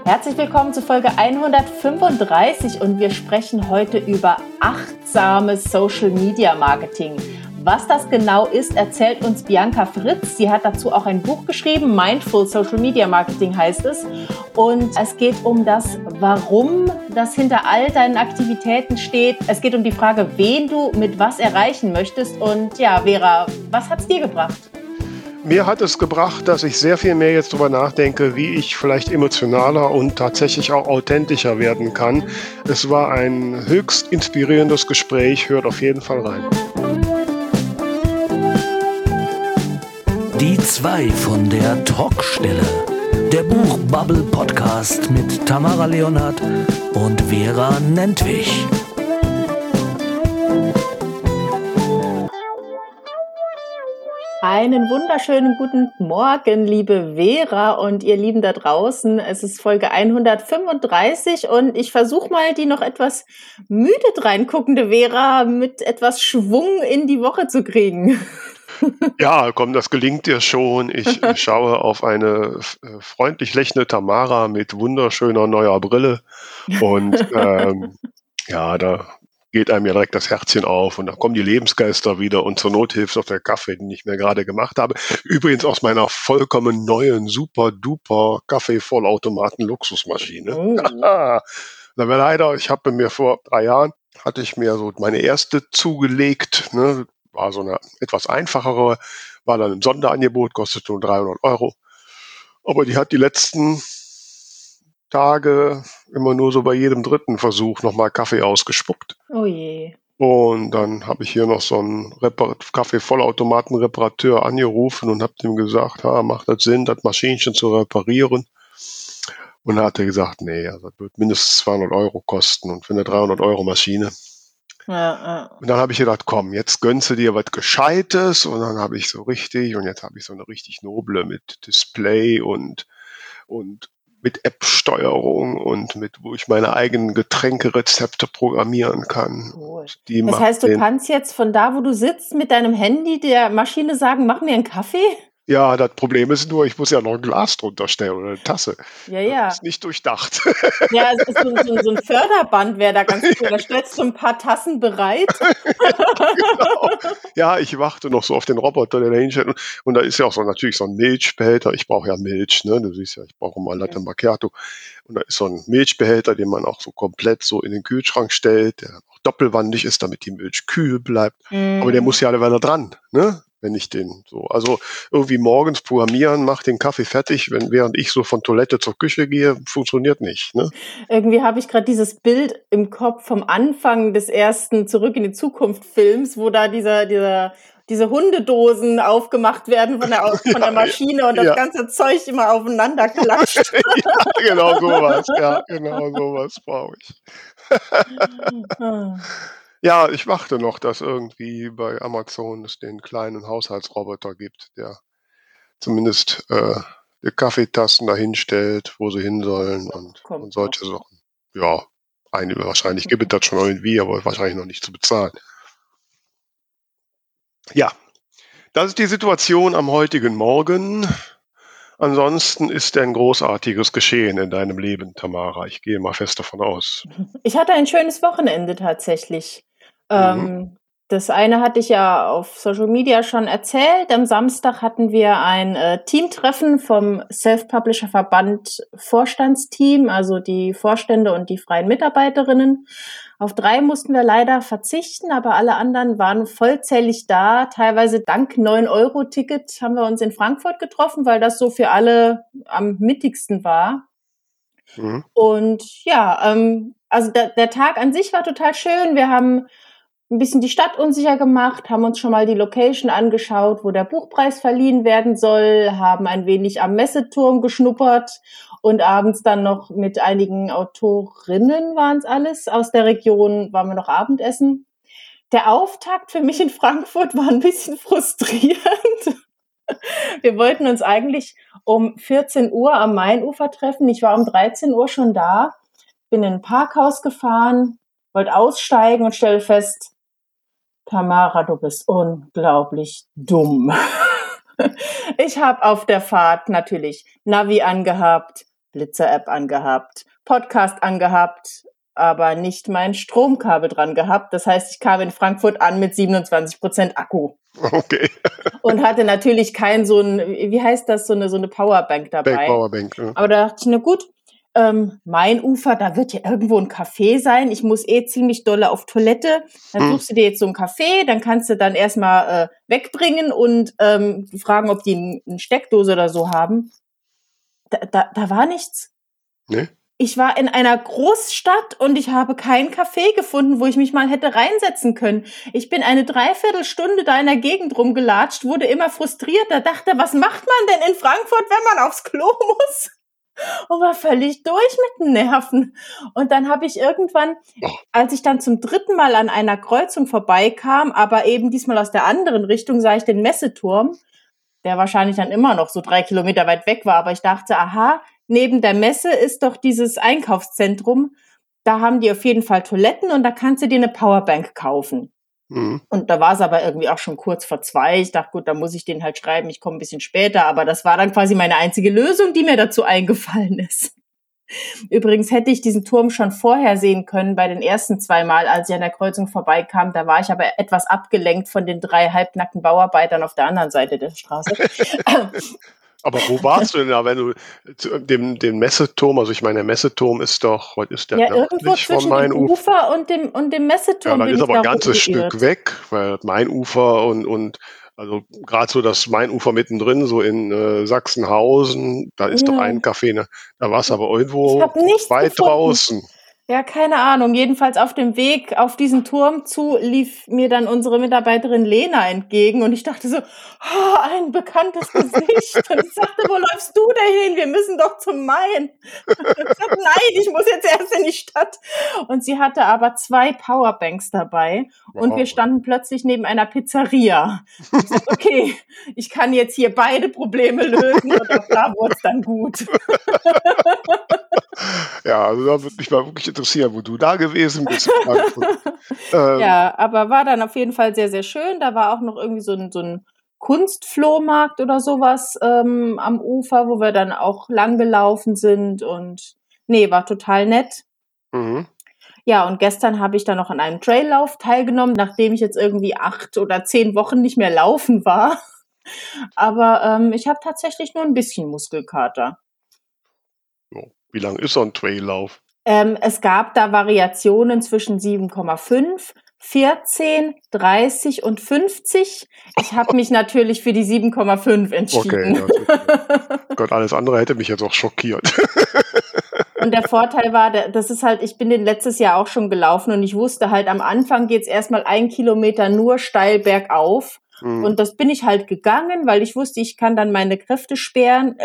Herzlich willkommen zu Folge 135 und wir sprechen heute über achtsames Social Media Marketing. Was das genau ist, erzählt uns Bianca Fritz. Sie hat dazu auch ein Buch geschrieben, Mindful Social Media Marketing heißt es. Und es geht um das Warum, das hinter all deinen Aktivitäten steht. Es geht um die Frage, wen du mit was erreichen möchtest. Und ja, Vera, was hat's dir gebracht? Mir hat es gebracht, dass ich sehr viel mehr jetzt darüber nachdenke, wie ich vielleicht emotionaler und tatsächlich auch authentischer werden kann. Es war ein höchst inspirierendes Gespräch. Hört auf jeden Fall rein. Die zwei von der Talkstelle. Der Buchbubble Podcast mit Tamara Leonhardt und Vera Nentwich. Einen wunderschönen guten Morgen, liebe Vera und ihr Lieben da draußen. Es ist Folge 135 und ich versuche mal die noch etwas müde reinguckende Vera mit etwas Schwung in die Woche zu kriegen. Ja, komm, das gelingt dir schon. Ich schaue auf eine freundlich lächelnde Tamara mit wunderschöner neuer Brille und ja, da geht einem ja direkt das Herzchen auf und da kommen die Lebensgeister wieder und zur Not hilft auch der Kaffee, den ich mir gerade gemacht habe. Übrigens aus meiner vollkommen neuen, super-duper Kaffee-Vollautomaten-Luxusmaschine. Oh. Aber leider, ich habe mir vor 3 Jahren, hatte ich mir so meine erste zugelegt, ne? War so eine etwas einfachere, war dann im Sonderangebot, kostete nur 300 Euro. Aber die hat die letzten Tage immer nur so bei jedem dritten Versuch nochmal Kaffee ausgespuckt. Oh je. Und dann habe ich hier noch so einen Kaffee-Vollautomaten-Reparateur angerufen und habe dem gesagt, macht das Sinn, das Maschinchen zu reparieren? Und dann hat er gesagt, nee, also das wird mindestens 200 Euro kosten und für eine 300 Euro Maschine. Ja. Und dann habe ich gedacht, komm, jetzt gönnst du dir was Gescheites. Und dann habe ich so richtig, und jetzt habe ich so eine richtig noble mit Display und mit App-Steuerung und wo ich meine eigenen Getränkerezepte programmieren kann. Cool. Die Das macht heißt, du kannst jetzt von da, wo du sitzt, mit deinem Handy der Maschine sagen, mach mir einen Kaffee? Ja, das Problem ist nur, ich muss ja noch ein Glas drunter stellen oder eine Tasse. Ja. Das ist nicht durchdacht. Ja, es ist so ein Förderband wäre da ganz cool. Da stellst du ein paar Tassen bereit. Genau. Ja, ich warte noch so auf den Roboter, der da hinstellt. Und da ist ja auch so natürlich so ein Milchbehälter. Ich brauche ja Milch, ne? Du siehst ja, ich brauche mal Latte Macchiato. Und da ist so ein Milchbehälter, den man auch so komplett so in den Kühlschrank stellt, der auch doppelwandig ist, damit die Milch kühl bleibt. Aber der muss ja alle Weile dran, ne? Wenn ich den so, also irgendwie morgens programmieren, mach den Kaffee fertig, während ich so von Toilette zur Küche gehe, funktioniert nicht, ne? Irgendwie habe ich gerade dieses Bild im Kopf vom Anfang des ersten Zurück in die Zukunft Films, wo da diese Hundedosen aufgemacht werden von der Maschine und das ganze Zeug immer aufeinander klatscht. Ja, genau sowas. Ja, genau sowas brauche ich. Ja, ich warte noch, dass irgendwie bei Amazon es den kleinen Haushaltsroboter gibt, der zumindest die Kaffeetassen dahin stellt, wo sie hin sollen und solche Sachen. Ja, wahrscheinlich gibt es das schon irgendwie, aber wahrscheinlich noch nicht zu bezahlen. Ja, das ist die Situation am heutigen Morgen. Ansonsten ist ein großartiges Geschehen in deinem Leben, Tamara. Ich gehe mal fest davon aus. Ich hatte ein schönes Wochenende tatsächlich. Das eine hatte ich ja auf Social Media schon erzählt. Am Samstag hatten wir ein Teamtreffen vom Self-Publisher-Verband Vorstandsteam, also die Vorstände und die freien Mitarbeiterinnen. Auf 3 mussten wir leider verzichten, aber alle anderen waren vollzählig da. Teilweise dank 9-Euro-Ticket haben wir uns in Frankfurt getroffen, weil das so für alle am mittigsten war. Und ja, also der Tag an sich war total schön. Wir haben ein bisschen die Stadt unsicher gemacht, haben uns schon mal die Location angeschaut, wo der Buchpreis verliehen werden soll, haben ein wenig am Messeturm geschnuppert und abends dann noch mit einigen Autorinnen waren es alles. Aus der Region waren wir noch Abendessen. Der Auftakt für mich in Frankfurt war ein bisschen frustrierend. Wir wollten uns eigentlich um 14 Uhr am Mainufer treffen. Ich war um 13 Uhr schon da, bin in ein Parkhaus gefahren, wollte aussteigen und stelle fest, Tamara, du bist unglaublich dumm. Ich habe auf der Fahrt natürlich Navi angehabt, Blitzer-App angehabt, Podcast angehabt, aber nicht mein Stromkabel dran gehabt. Das heißt, ich kam in Frankfurt an mit 27% Akku. Okay. Und hatte natürlich kein so ein, wie heißt das, so eine Powerbank dabei. Powerbank, ja. Aber da dachte ich, na gut, mein Ufer, da wird ja irgendwo ein Café sein. Ich muss ziemlich dolle auf Toilette. Dann suchst du dir jetzt so ein Café, dann kannst du dann erstmal wegbringen und fragen, ob die eine Steckdose oder so haben. Da war nichts. Nee? Ich war in einer Großstadt und ich habe kein Café gefunden, wo ich mich mal hätte reinsetzen können. Ich bin eine Dreiviertelstunde da in der Gegend rumgelatscht, wurde immer frustrierter, dachte, was macht man denn in Frankfurt, wenn man aufs Klo muss? Und war völlig durch mit den Nerven. Und dann habe ich irgendwann, als ich dann zum 3. Mal an einer Kreuzung vorbeikam, aber eben diesmal aus der anderen Richtung, sah ich den Messeturm, der wahrscheinlich dann immer noch so 3 Kilometer weit weg war. Aber ich dachte, aha, neben der Messe ist doch dieses Einkaufszentrum. Da haben die auf jeden Fall Toiletten und da kannst du dir eine Powerbank kaufen. Mhm. Und da war es aber irgendwie auch schon kurz vor 2. Ich dachte, gut, da muss ich den halt schreiben, ich komme ein bisschen später. Aber das war dann quasi meine einzige Lösung, die mir dazu eingefallen ist. Übrigens hätte ich diesen Turm schon vorher sehen können bei den ersten 2 Mal, als ich an der Kreuzung vorbeikam. Da war ich aber etwas abgelenkt von den 3 halbnackten Bauarbeitern auf der anderen Seite der Straße. Aber wo warst du denn da, wenn du den Messeturm, also ich meine, der Messeturm ist doch, was ist der? Ja, irgendwo zwischen dem Ufer und dem Messeturm. Ja, dann ist aber ein ganzes Stück weg, weil Mainufer und also gerade so das Mainufer mittendrin, so in Sachsenhausen, da ist doch ein Café, ne? Da war es aber irgendwo weit draußen. Ja, keine Ahnung. Jedenfalls auf dem Weg auf diesen Turm zu lief mir dann unsere Mitarbeiterin Lena entgegen und ich dachte so, oh, ein bekanntes Gesicht. Und ich sagte, wo läufst du denn hin? Wir müssen doch zum Main. Und ich sagte, nein, ich muss jetzt erst in die Stadt. Und sie hatte aber 2 Powerbanks dabei und wir standen plötzlich neben einer Pizzeria. Und ich sagte, okay, ich kann jetzt hier beide Probleme lösen und auch da wurde es dann gut. Ja, also da würde mich mal wirklich interessieren, wo du da gewesen bist. Ja, aber war dann auf jeden Fall sehr, sehr schön. Da war auch noch irgendwie so ein Kunstflohmarkt oder sowas am Ufer, wo wir dann auch lang gelaufen sind und nee, war total nett. Mhm. Ja, und gestern habe ich dann noch an einem Traillauf teilgenommen, nachdem ich jetzt irgendwie 8 oder 10 Wochen nicht mehr laufen war. Aber ich habe tatsächlich nur ein bisschen Muskelkater. Wie lang ist so ein Traillauf? Es gab da Variationen zwischen 7,5, 14, 30 und 50. Ich habe mich natürlich für die 7,5 entschieden. Okay, Gott, alles andere hätte mich jetzt auch schockiert. Und der Vorteil war, das ist halt, ich bin den letztes Jahr auch schon gelaufen und ich wusste halt, am Anfang geht's erstmal 1 Kilometer nur steil bergauf. Und das bin ich halt gegangen, weil ich wusste, ich kann dann meine Kräfte sparen.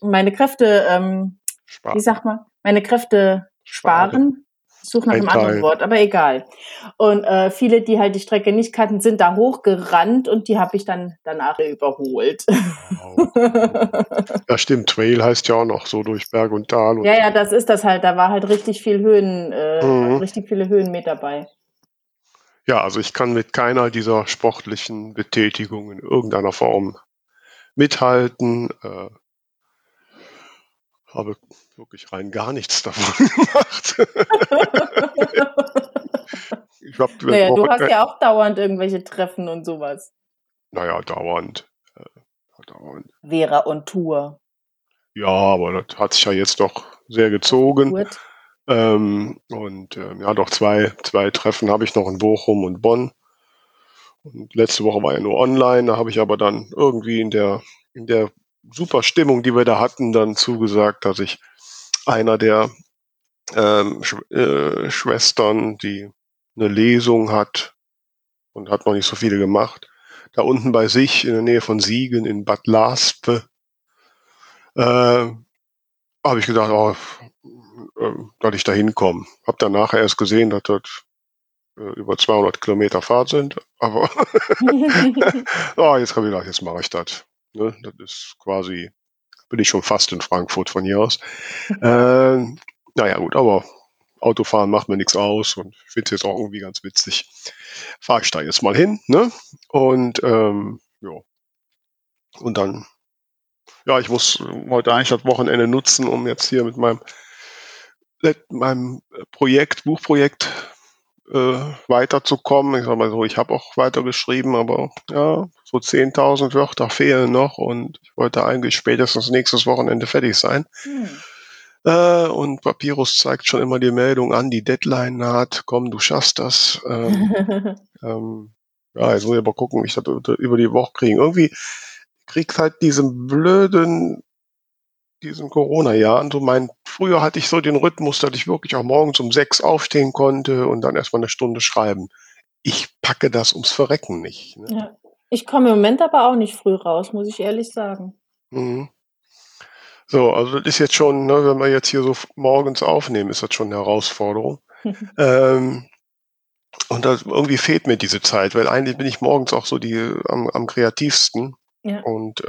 Ich suche nach einem anderen Wort, aber egal. Und viele, die halt die Strecke nicht kannten, sind da hochgerannt und die habe ich dann danach überholt. Wow. Ja, stimmt. Trail heißt ja auch noch so durch Berg und Tal. Und ja, das ist das halt. Da war halt richtig viel richtig viele Höhenmeter bei. Ja, also ich kann mit keiner dieser sportlichen Betätigungen in irgendeiner Form mithalten. Habe wirklich rein gar nichts davon gemacht. Du hast ja auch dauernd irgendwelche Treffen und sowas. Naja, dauernd. Vera on Tour. Ja, aber das hat sich ja jetzt doch sehr gezogen. Doch zwei Treffen habe ich noch in Bochum und Bonn. Und letzte Woche war ja nur online. Da habe ich aber dann irgendwie in der super Stimmung, die wir da hatten, dann zugesagt, dass ich einer der Schwestern, die eine Lesung hat und hat noch nicht so viele gemacht, da unten bei sich in der Nähe von Siegen in Bad Laspe, habe ich gedacht, dass ich da hinkomme. Habe dann nachher erst gesehen, dass das über 200 Kilometer Fahrt sind, aber jetzt habe ich gedacht, jetzt mache ich das. Ne? Das ist quasi, bin ich schon fast in Frankfurt von hier aus. Naja gut, aber Autofahren macht mir nichts aus und ich finde es jetzt auch irgendwie ganz witzig. Fahre ich da jetzt mal hin, ne? Und und dann Ja, ich muss heute eigentlich das Wochenende nutzen, um jetzt hier mit meinem Buchprojekt weiterzukommen. Ich sag mal so, ich habe auch weitergeschrieben, aber ja, so 10.000 Wörter fehlen noch und ich wollte eigentlich spätestens nächstes Wochenende fertig sein. Und Papyrus zeigt schon immer die Meldung an, die Deadline naht, komm, du schaffst das. Ja, jetzt muss ich aber gucken, wie ich das über die Woche kriege. Irgendwie kriegst halt diesen Corona-Jahren, früher hatte ich so den Rhythmus, dass ich wirklich auch morgens um 6 aufstehen konnte und dann erstmal eine Stunde schreiben. Ich packe das ums Verrecken nicht. Ne? Ja. Ich komme im Moment aber auch nicht früh raus, muss ich ehrlich sagen. Mhm. So, also das ist jetzt schon, ne, wenn wir jetzt hier so morgens aufnehmen, ist das schon eine Herausforderung. Und irgendwie fehlt mir diese Zeit, weil eigentlich bin ich morgens auch so am kreativsten. Ja. Und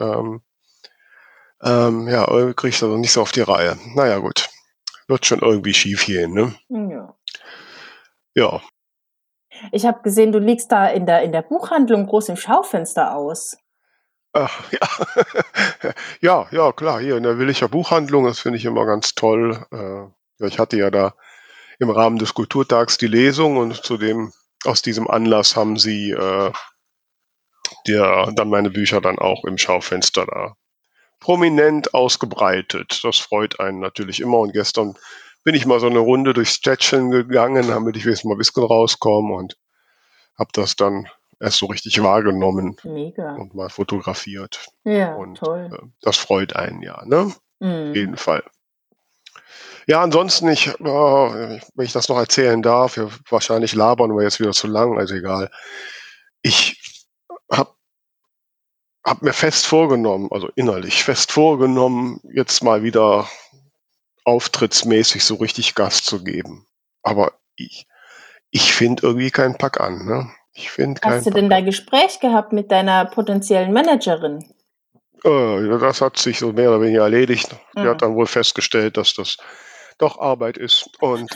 ja, irgendwie kriege ich das noch nicht so auf die Reihe. Naja, gut. Wird schon irgendwie schief gehen, ne? Ja. Ja. Ich habe gesehen, du liegst da in der Buchhandlung groß im Schaufenster aus. Ach, ja. Ja, klar, hier in der Willicher Buchhandlung, das finde ich immer ganz toll. Ja, ich hatte ja da im Rahmen des Kulturtags die Lesung und aus diesem Anlass haben sie dann meine Bücher dann auch im Schaufenster da prominent ausgebreitet. Das freut einen natürlich immer. Und gestern bin ich mal so eine Runde durchs Städtchen gegangen, damit ich wenigstens mal ein bisschen rauskomme und habe das dann erst so richtig wahrgenommen. Mega. Und mal fotografiert. Ja, und toll. Das freut einen ja, ne? Auf jeden Fall. Ja, ansonsten, wenn ich das noch erzählen darf, wahrscheinlich labern wir jetzt wieder zu lang, also egal. Ich hab mir fest vorgenommen, also innerlich fest vorgenommen, jetzt mal wieder auftrittsmäßig so richtig Gas zu geben. Aber ich finde irgendwie keinen Pack an, ne? Hast du denn da Gespräch gehabt mit deiner potenziellen Managerin? Das hat sich so mehr oder weniger erledigt. Die hat dann wohl festgestellt, dass das doch Arbeit ist. Und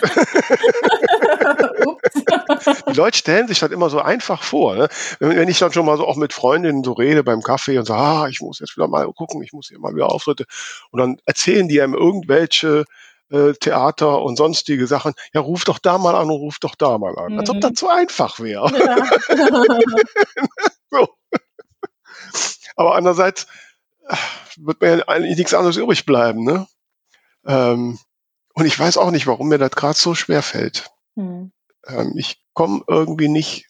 die Leute stellen sich das immer so einfach vor. Ne? Wenn ich dann schon mal so auch mit Freundinnen so rede beim Kaffee und sage, ich muss jetzt wieder mal gucken, ich muss hier mal wieder Auftritte. Und dann erzählen die einem irgendwelche Theater und sonstige Sachen. Ja, ruf doch da mal an und ruf doch da mal an. Als ob das so einfach wäre. Ja. So. Aber andererseits wird mir ja eigentlich nichts anderes übrig bleiben. Ne? Und ich weiß auch nicht, warum mir das gerade so schwer fällt. Ich komme irgendwie nicht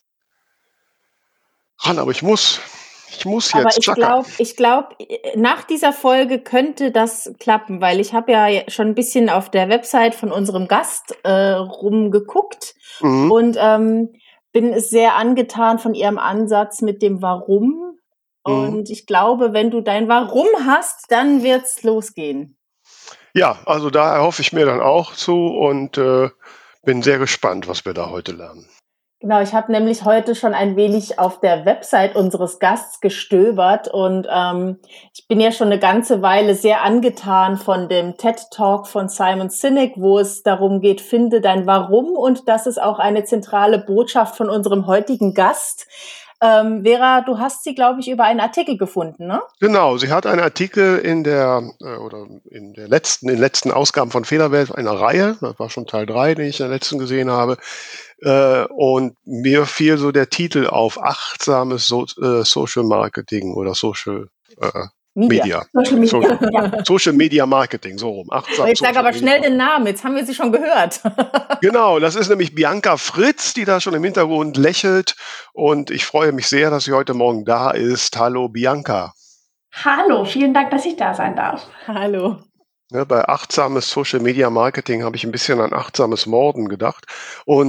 ran, aber ich muss jetzt. Aber ich glaube, nach dieser Folge könnte das klappen, weil ich habe ja schon ein bisschen auf der Website von unserem Gast rumgeguckt und bin sehr angetan von ihrem Ansatz mit dem Warum. Und ich glaube, wenn du dein Warum hast, dann wird's losgehen. Ja, also da erhoffe ich mir dann auch zu und bin sehr gespannt, was wir da heute lernen. Genau, ich habe nämlich heute schon ein wenig auf der Website unseres Gasts gestöbert und ich bin ja schon eine ganze Weile sehr angetan von dem TED-Talk von Simon Sinek, wo es darum geht, finde dein Warum, und das ist auch eine zentrale Botschaft von unserem heutigen Gast. Vera, du hast sie, glaube ich, über einen Artikel gefunden, ne? Genau, sie hat einen Artikel in den letzten Ausgaben von Federwelt, einer Reihe, das war schon Teil 3, den ich in der letzten gesehen habe, und mir fiel so der Titel auf: achtsames Social Marketing oder Social Media. Social Media Marketing, so rum. Jetzt sag aber schnell den Namen, jetzt haben wir sie schon gehört. Genau, das ist nämlich Bianca Fritz, die da schon im Hintergrund lächelt, und ich freue mich sehr, dass sie heute Morgen da ist. Hallo Bianca. Hallo, vielen Dank, dass ich da sein darf. Hallo. Ne, bei achtsames Social Media Marketing habe ich ein bisschen an achtsames Morden gedacht. Und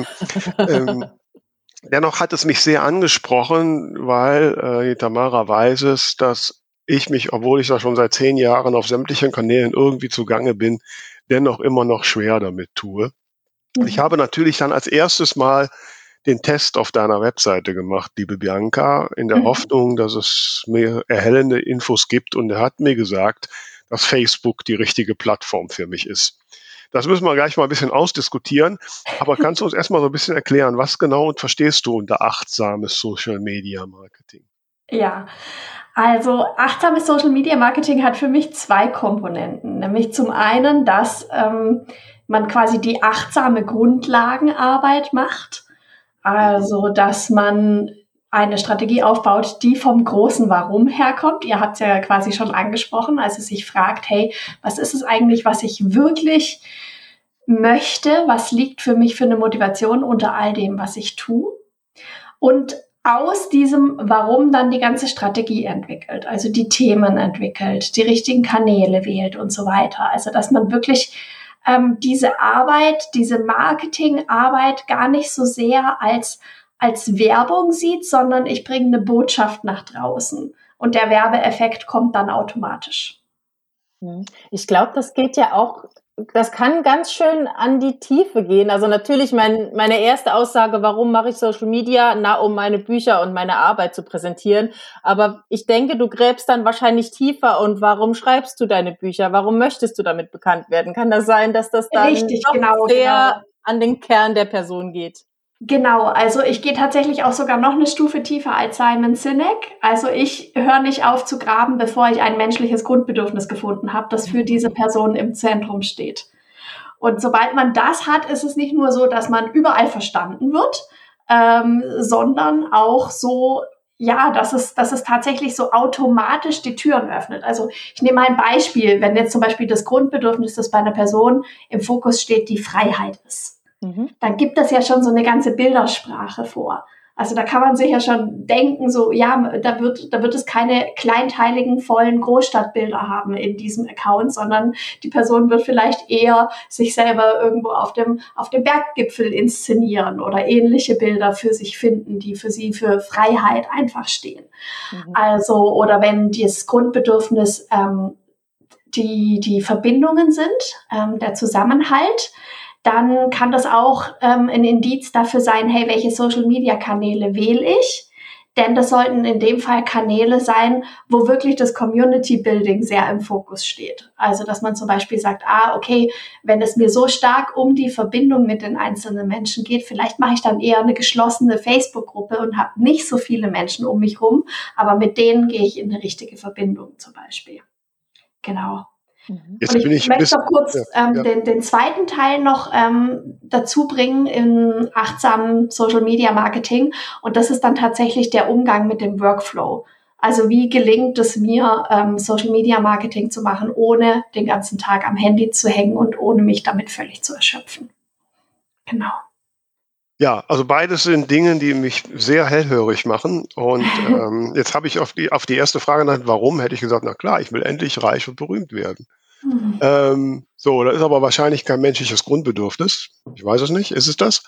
dennoch hat es mich sehr angesprochen, weil Tamara weiß es, dass ich mich, obwohl ich da schon seit 10 Jahren auf sämtlichen Kanälen irgendwie zugange bin, dennoch immer noch schwer damit tue. Und ich habe natürlich dann als erstes mal den Test auf deiner Webseite gemacht, liebe Bianca, in der Hoffnung, dass es mir erhellende Infos gibt. Und er hat mir gesagt, dass Facebook die richtige Plattform für mich ist. Das müssen wir gleich mal ein bisschen ausdiskutieren. Aber kannst du uns erstmal so ein bisschen erklären, was genau verstehst du unter achtsames Social Media Marketing? Ja, also achtsames Social Media Marketing hat für mich 2 Komponenten. Nämlich zum einen, dass man quasi die achtsame Grundlagenarbeit macht. Also, dass man eine Strategie aufbaut, die vom großen Warum herkommt. Ihr habt es ja quasi schon angesprochen, also sich fragt, hey, was ist es eigentlich, was ich wirklich möchte? Was liegt für mich für eine Motivation unter all dem, was ich tue? Und aus diesem Warum dann die ganze Strategie entwickelt, also die Themen entwickelt, die richtigen Kanäle wählt und so weiter. Also, dass man wirklich diese Arbeit, diese Marketingarbeit gar nicht so sehr als Werbung sieht, sondern ich bringe eine Botschaft nach draußen und der Werbeeffekt kommt dann automatisch. Ich glaube, das geht ja auch, das kann ganz schön an die Tiefe gehen. Also natürlich meine erste Aussage, warum mache ich Social Media? Na, um meine Bücher und meine Arbeit zu präsentieren. Aber ich denke, du gräbst dann wahrscheinlich tiefer. Und warum schreibst du deine Bücher? Warum möchtest du damit bekannt werden? Kann das sein, dass das dann sehr an den Kern der Person geht? Genau, also ich gehe tatsächlich auch sogar noch eine Stufe tiefer als Simon Sinek. Also ich höre nicht auf zu graben, bevor ich ein menschliches Grundbedürfnis gefunden habe, das für diese Person im Zentrum steht. Und sobald man das hat, ist es nicht nur so, dass man überall verstanden wird, sondern auch so, ja, dass es tatsächlich so automatisch die Türen öffnet. Also ich nehme mal ein Beispiel, wenn jetzt zum Beispiel das Grundbedürfnis, das bei einer Person im Fokus steht, die Freiheit ist. Dann gibt es ja schon so eine ganze Bildersprache vor. Also da kann man sich ja schon denken, so, ja, da wird es keine kleinteiligen, vollen Großstadtbilder haben in diesem Account, sondern die Person wird vielleicht eher sich selber irgendwo auf dem Berggipfel inszenieren oder ähnliche Bilder für sich finden, die für sie für Freiheit einfach stehen. Also, oder wenn das Grundbedürfnis die Verbindungen sind, der Zusammenhalt, dann kann das auch ein Indiz dafür sein, hey, welche Social-Media-Kanäle wähle ich? Denn das sollten in dem Fall Kanäle sein, wo wirklich das Community-Building sehr im Fokus steht. Also, dass man zum Beispiel sagt, okay, wenn es mir so stark um die Verbindung mit den einzelnen Menschen geht, vielleicht mache ich dann eher eine geschlossene Facebook-Gruppe und habe nicht so viele Menschen um mich rum, aber mit denen gehe ich in eine richtige Verbindung zum Beispiel. Genau. Jetzt und ich möchte noch kurz den zweiten Teil noch dazu bringen im achtsamen Social Media Marketing. Und das ist dann tatsächlich der Umgang mit dem Workflow. Also wie gelingt es mir, Social Media Marketing zu machen, ohne den ganzen Tag am Handy zu hängen und ohne mich damit völlig zu erschöpfen. Genau. Ja, also beides sind Dinge, die mich sehr hellhörig machen. Und jetzt habe ich auf die erste Frage genannt, warum, hätte ich gesagt, na klar, ich will endlich reich und berühmt werden. So, das ist aber wahrscheinlich kein menschliches Grundbedürfnis. Ich weiß es nicht. Ist es das?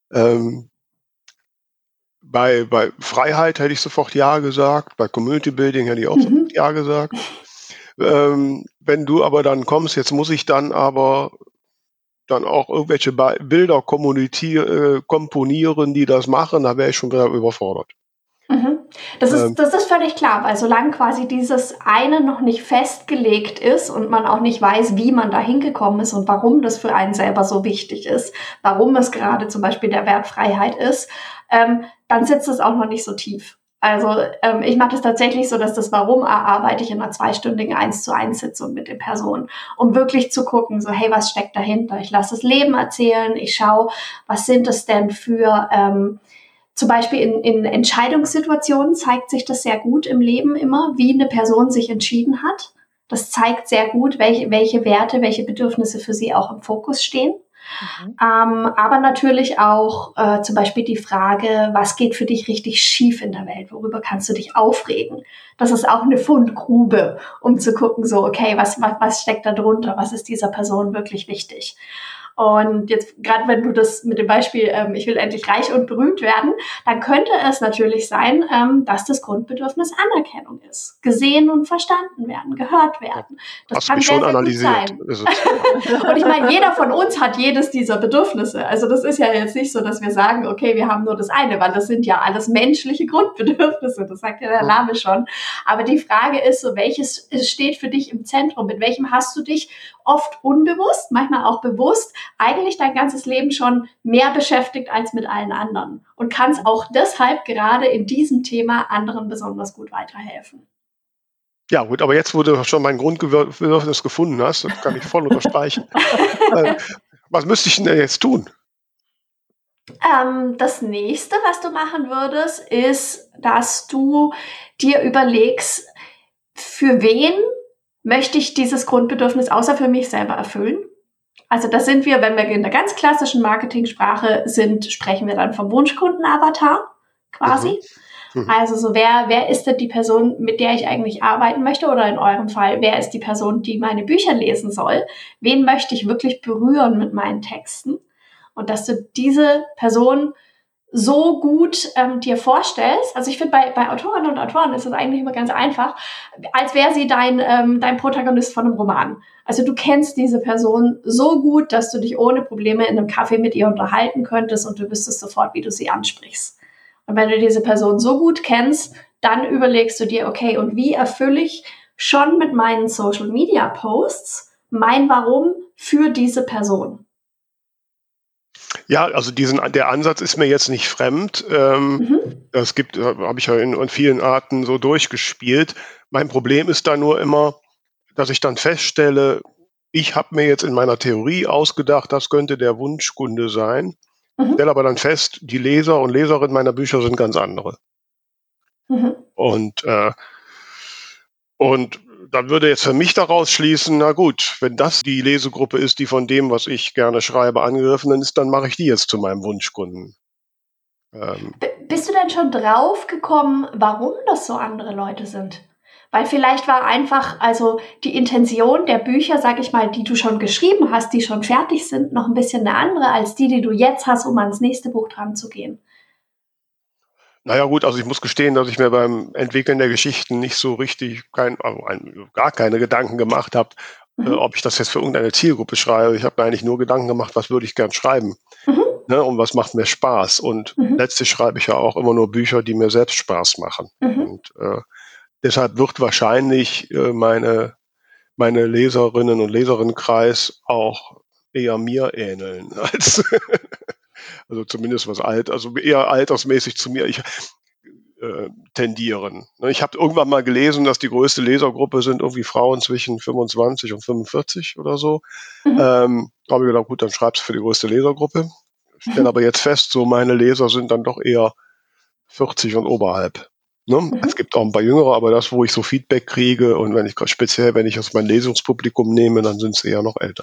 Bei Freiheit hätte ich sofort Ja gesagt. Bei Community Building hätte ich auch sofort Ja gesagt. Wenn du aber dann kommst, jetzt muss ich dann aber dann auch irgendwelche Bilder komponieren, die das machen, da wäre ich schon wieder überfordert. Das ist völlig klar, weil solange quasi dieses eine noch nicht festgelegt ist und man auch nicht weiß, wie man da hingekommen ist und warum das für einen selber so wichtig ist, warum es gerade zum Beispiel der Wert Freiheit ist, dann sitzt es auch noch nicht so tief. Also ich mache das tatsächlich so, dass das Warum erarbeite ich in einer 2-stündigen 1:1-Sitzung mit den Personen, um wirklich zu gucken, so hey, was steckt dahinter? Ich lasse das Leben erzählen, ich schaue, was sind es denn für zum Beispiel in Entscheidungssituationen zeigt sich das sehr gut im Leben immer, wie eine Person sich entschieden hat. Das zeigt sehr gut, welche Werte, welche Bedürfnisse für sie auch im Fokus stehen. Aber natürlich auch zum Beispiel die Frage, was geht für dich richtig schief in der Welt? Worüber kannst du dich aufregen? Das ist auch eine Fundgrube, um zu gucken, so okay, was steckt da drunter? Was ist dieser Person wirklich wichtig? Und jetzt, gerade wenn du das mit dem Beispiel, ich will endlich reich und berühmt werden, dann könnte es natürlich sein, dass das Grundbedürfnis Anerkennung ist. Gesehen und verstanden werden, gehört werden. Das kann sehr, sehr gut sein. Und ich meine, jeder von uns hat jedes dieser Bedürfnisse. Also das ist ja jetzt nicht so, dass wir sagen, okay, wir haben nur das eine, weil das sind ja alles menschliche Grundbedürfnisse. Das sagt ja der Name schon. Aber die Frage ist so, welches steht für dich im Zentrum? Mit welchem hast du dich oft unbewusst, manchmal auch bewusst, eigentlich dein ganzes Leben schon mehr beschäftigt als mit allen anderen und kannst auch deshalb gerade in diesem Thema anderen besonders gut weiterhelfen. Ja, gut, aber jetzt, wo du schon mein Grundbedürfnis gefunden hast, das kann ich voll unterstreichen. Was müsste ich denn jetzt tun? Das nächste, was du machen würdest, ist, dass du dir überlegst, für wen möchte ich dieses Grundbedürfnis außer für mich selber erfüllen? Also da sind wir, wenn wir in der ganz klassischen Marketing-Sprache sind, sprechen wir dann vom Wunschkunden-Avatar quasi. Also so wer ist denn die Person, mit der ich eigentlich arbeiten möchte? Oder in eurem Fall, wer ist die Person, die meine Bücher lesen soll? Wen möchte ich wirklich berühren mit meinen Texten? Und dass du diese Person so gut dir vorstellst. Also ich finde, bei Autorinnen und Autoren ist es eigentlich immer ganz einfach, als wäre sie dein Protagonist von einem Roman. Also du kennst diese Person so gut, dass du dich ohne Probleme in einem Café mit ihr unterhalten könntest und du wüsstest sofort, wie du sie ansprichst. Und wenn du diese Person so gut kennst, dann überlegst du dir, okay, und wie erfülle ich schon mit meinen Social-Media-Posts mein Warum für diese Person? Ja, also der Ansatz ist mir jetzt nicht fremd. Das habe ich ja in vielen Arten so durchgespielt. Mein Problem ist da nur immer, dass ich dann feststelle, ich habe mir jetzt in meiner Theorie ausgedacht, das könnte der Wunschkunde sein. Stelle aber dann fest, die Leser und Leserinnen meiner Bücher sind ganz andere. Und dann würde jetzt für mich daraus schließen, na gut, wenn das die Lesegruppe ist, die von dem, was ich gerne schreibe, angegriffen ist, dann mache ich die jetzt zu meinem Wunschkunden. Bist du denn schon drauf gekommen, warum das so andere Leute sind? Weil vielleicht war einfach, also die Intention der Bücher, sag ich mal, die du schon geschrieben hast, die schon fertig sind, noch ein bisschen eine andere als die du jetzt hast, um ans nächste Buch dran zu gehen. Naja gut, also ich muss gestehen, dass ich mir beim Entwickeln der Geschichten nicht so richtig gar keine Gedanken gemacht habe, ob ich das jetzt für irgendeine Zielgruppe schreibe. Ich habe mir eigentlich nur Gedanken gemacht, was würde ich gern schreiben, ne, und was macht mir Spaß. Und letztlich schreibe ich ja auch immer nur Bücher, die mir selbst Spaß machen. Und deshalb wird wahrscheinlich meine Leserinnen und Leserinnenkreis auch eher mir ähneln als also zumindest also eher altersmäßig zu mir tendieren. Ich habe irgendwann mal gelesen, dass die größte Lesergruppe sind irgendwie Frauen zwischen 25 und 45 oder so. Da habe ich gedacht, gut, dann schreibst du für die größte Lesergruppe. Stelle aber jetzt fest, so meine Leser sind dann doch eher 40 und oberhalb. Ne? Es gibt auch ein paar Jüngere, aber das, wo ich so Feedback kriege und wenn ich aus meinem Lesungspublikum nehme, dann sind sie eher noch älter.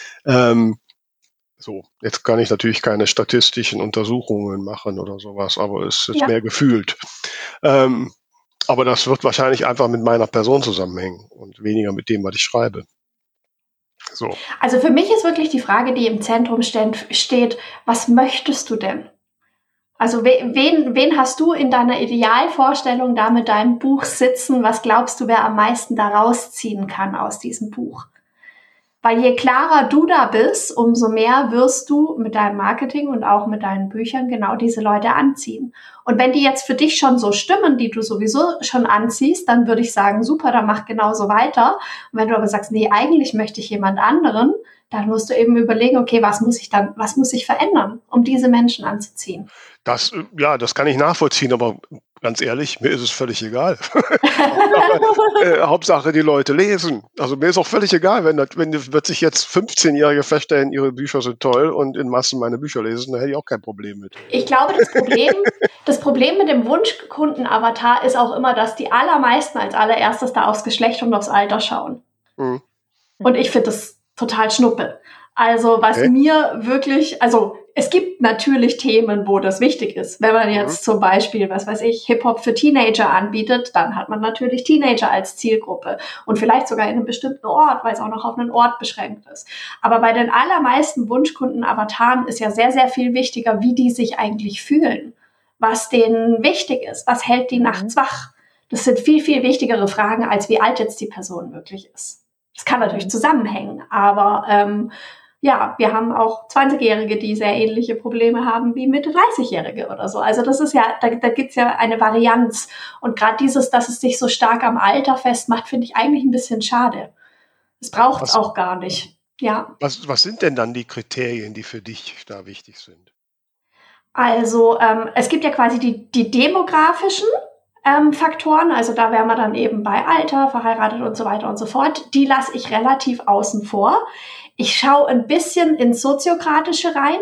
So, jetzt kann ich natürlich keine statistischen Untersuchungen machen oder sowas, aber es ist mehr gefühlt. Aber das wird wahrscheinlich einfach mit meiner Person zusammenhängen und weniger mit dem, was ich schreibe. So. Also für mich ist wirklich die Frage, die im Zentrum steht, was möchtest du denn? Also wen hast du in deiner Idealvorstellung da mit deinem Buch sitzen? Was glaubst du, wer am meisten da rausziehen kann aus diesem Buch? Weil je klarer du da bist, umso mehr wirst du mit deinem Marketing und auch mit deinen Büchern genau diese Leute anziehen. Und wenn die jetzt für dich schon so stimmen, die du sowieso schon anziehst, dann würde ich sagen, super, dann mach genauso weiter. Und wenn du aber sagst, nee, eigentlich möchte ich jemand anderen, dann musst du eben überlegen, okay, was muss ich verändern, um diese Menschen anzuziehen? Das kann ich nachvollziehen, aber ganz ehrlich, mir ist es völlig egal. Hauptsache, die Leute lesen. Also mir ist auch völlig egal, wird sich jetzt 15-Jährige feststellen, ihre Bücher sind toll und in Massen meine Bücher lesen, da hätte ich auch kein Problem mit. Ich glaube, das Problem mit dem Wunschkunden-Avatar ist auch immer, dass die allermeisten als allererstes da aufs Geschlecht und aufs Alter schauen. Und ich finde das total schnuppe. Also was mir wirklich, also es gibt natürlich Themen, wo das wichtig ist. Wenn man jetzt zum Beispiel, was weiß ich, Hip-Hop für Teenager anbietet, dann hat man natürlich Teenager als Zielgruppe und vielleicht sogar in einem bestimmten Ort, weil es auch noch auf einen Ort beschränkt ist. Aber bei den allermeisten Wunschkunden-Avataren ist ja sehr, sehr viel wichtiger, wie die sich eigentlich fühlen, was denen wichtig ist, was hält die nachts wach. Das sind viel, viel wichtigere Fragen, als wie alt jetzt die Person wirklich ist. Das kann natürlich zusammenhängen, aber wir haben auch 20-Jährige, die sehr ähnliche Probleme haben wie Mitte 30-Jährige oder so. Also das ist ja, da gibt's ja eine Varianz. Und gerade dieses, dass es sich so stark am Alter festmacht, finde ich eigentlich ein bisschen schade. Das braucht es auch gar nicht. Ja. Was sind denn dann die Kriterien, die für dich da wichtig sind? Also es gibt ja quasi die demografischen Faktoren, also da wären wir dann eben bei Alter, verheiratet und so weiter und so fort. Die lasse ich relativ außen vor. Ich schaue ein bisschen ins Soziokratische rein.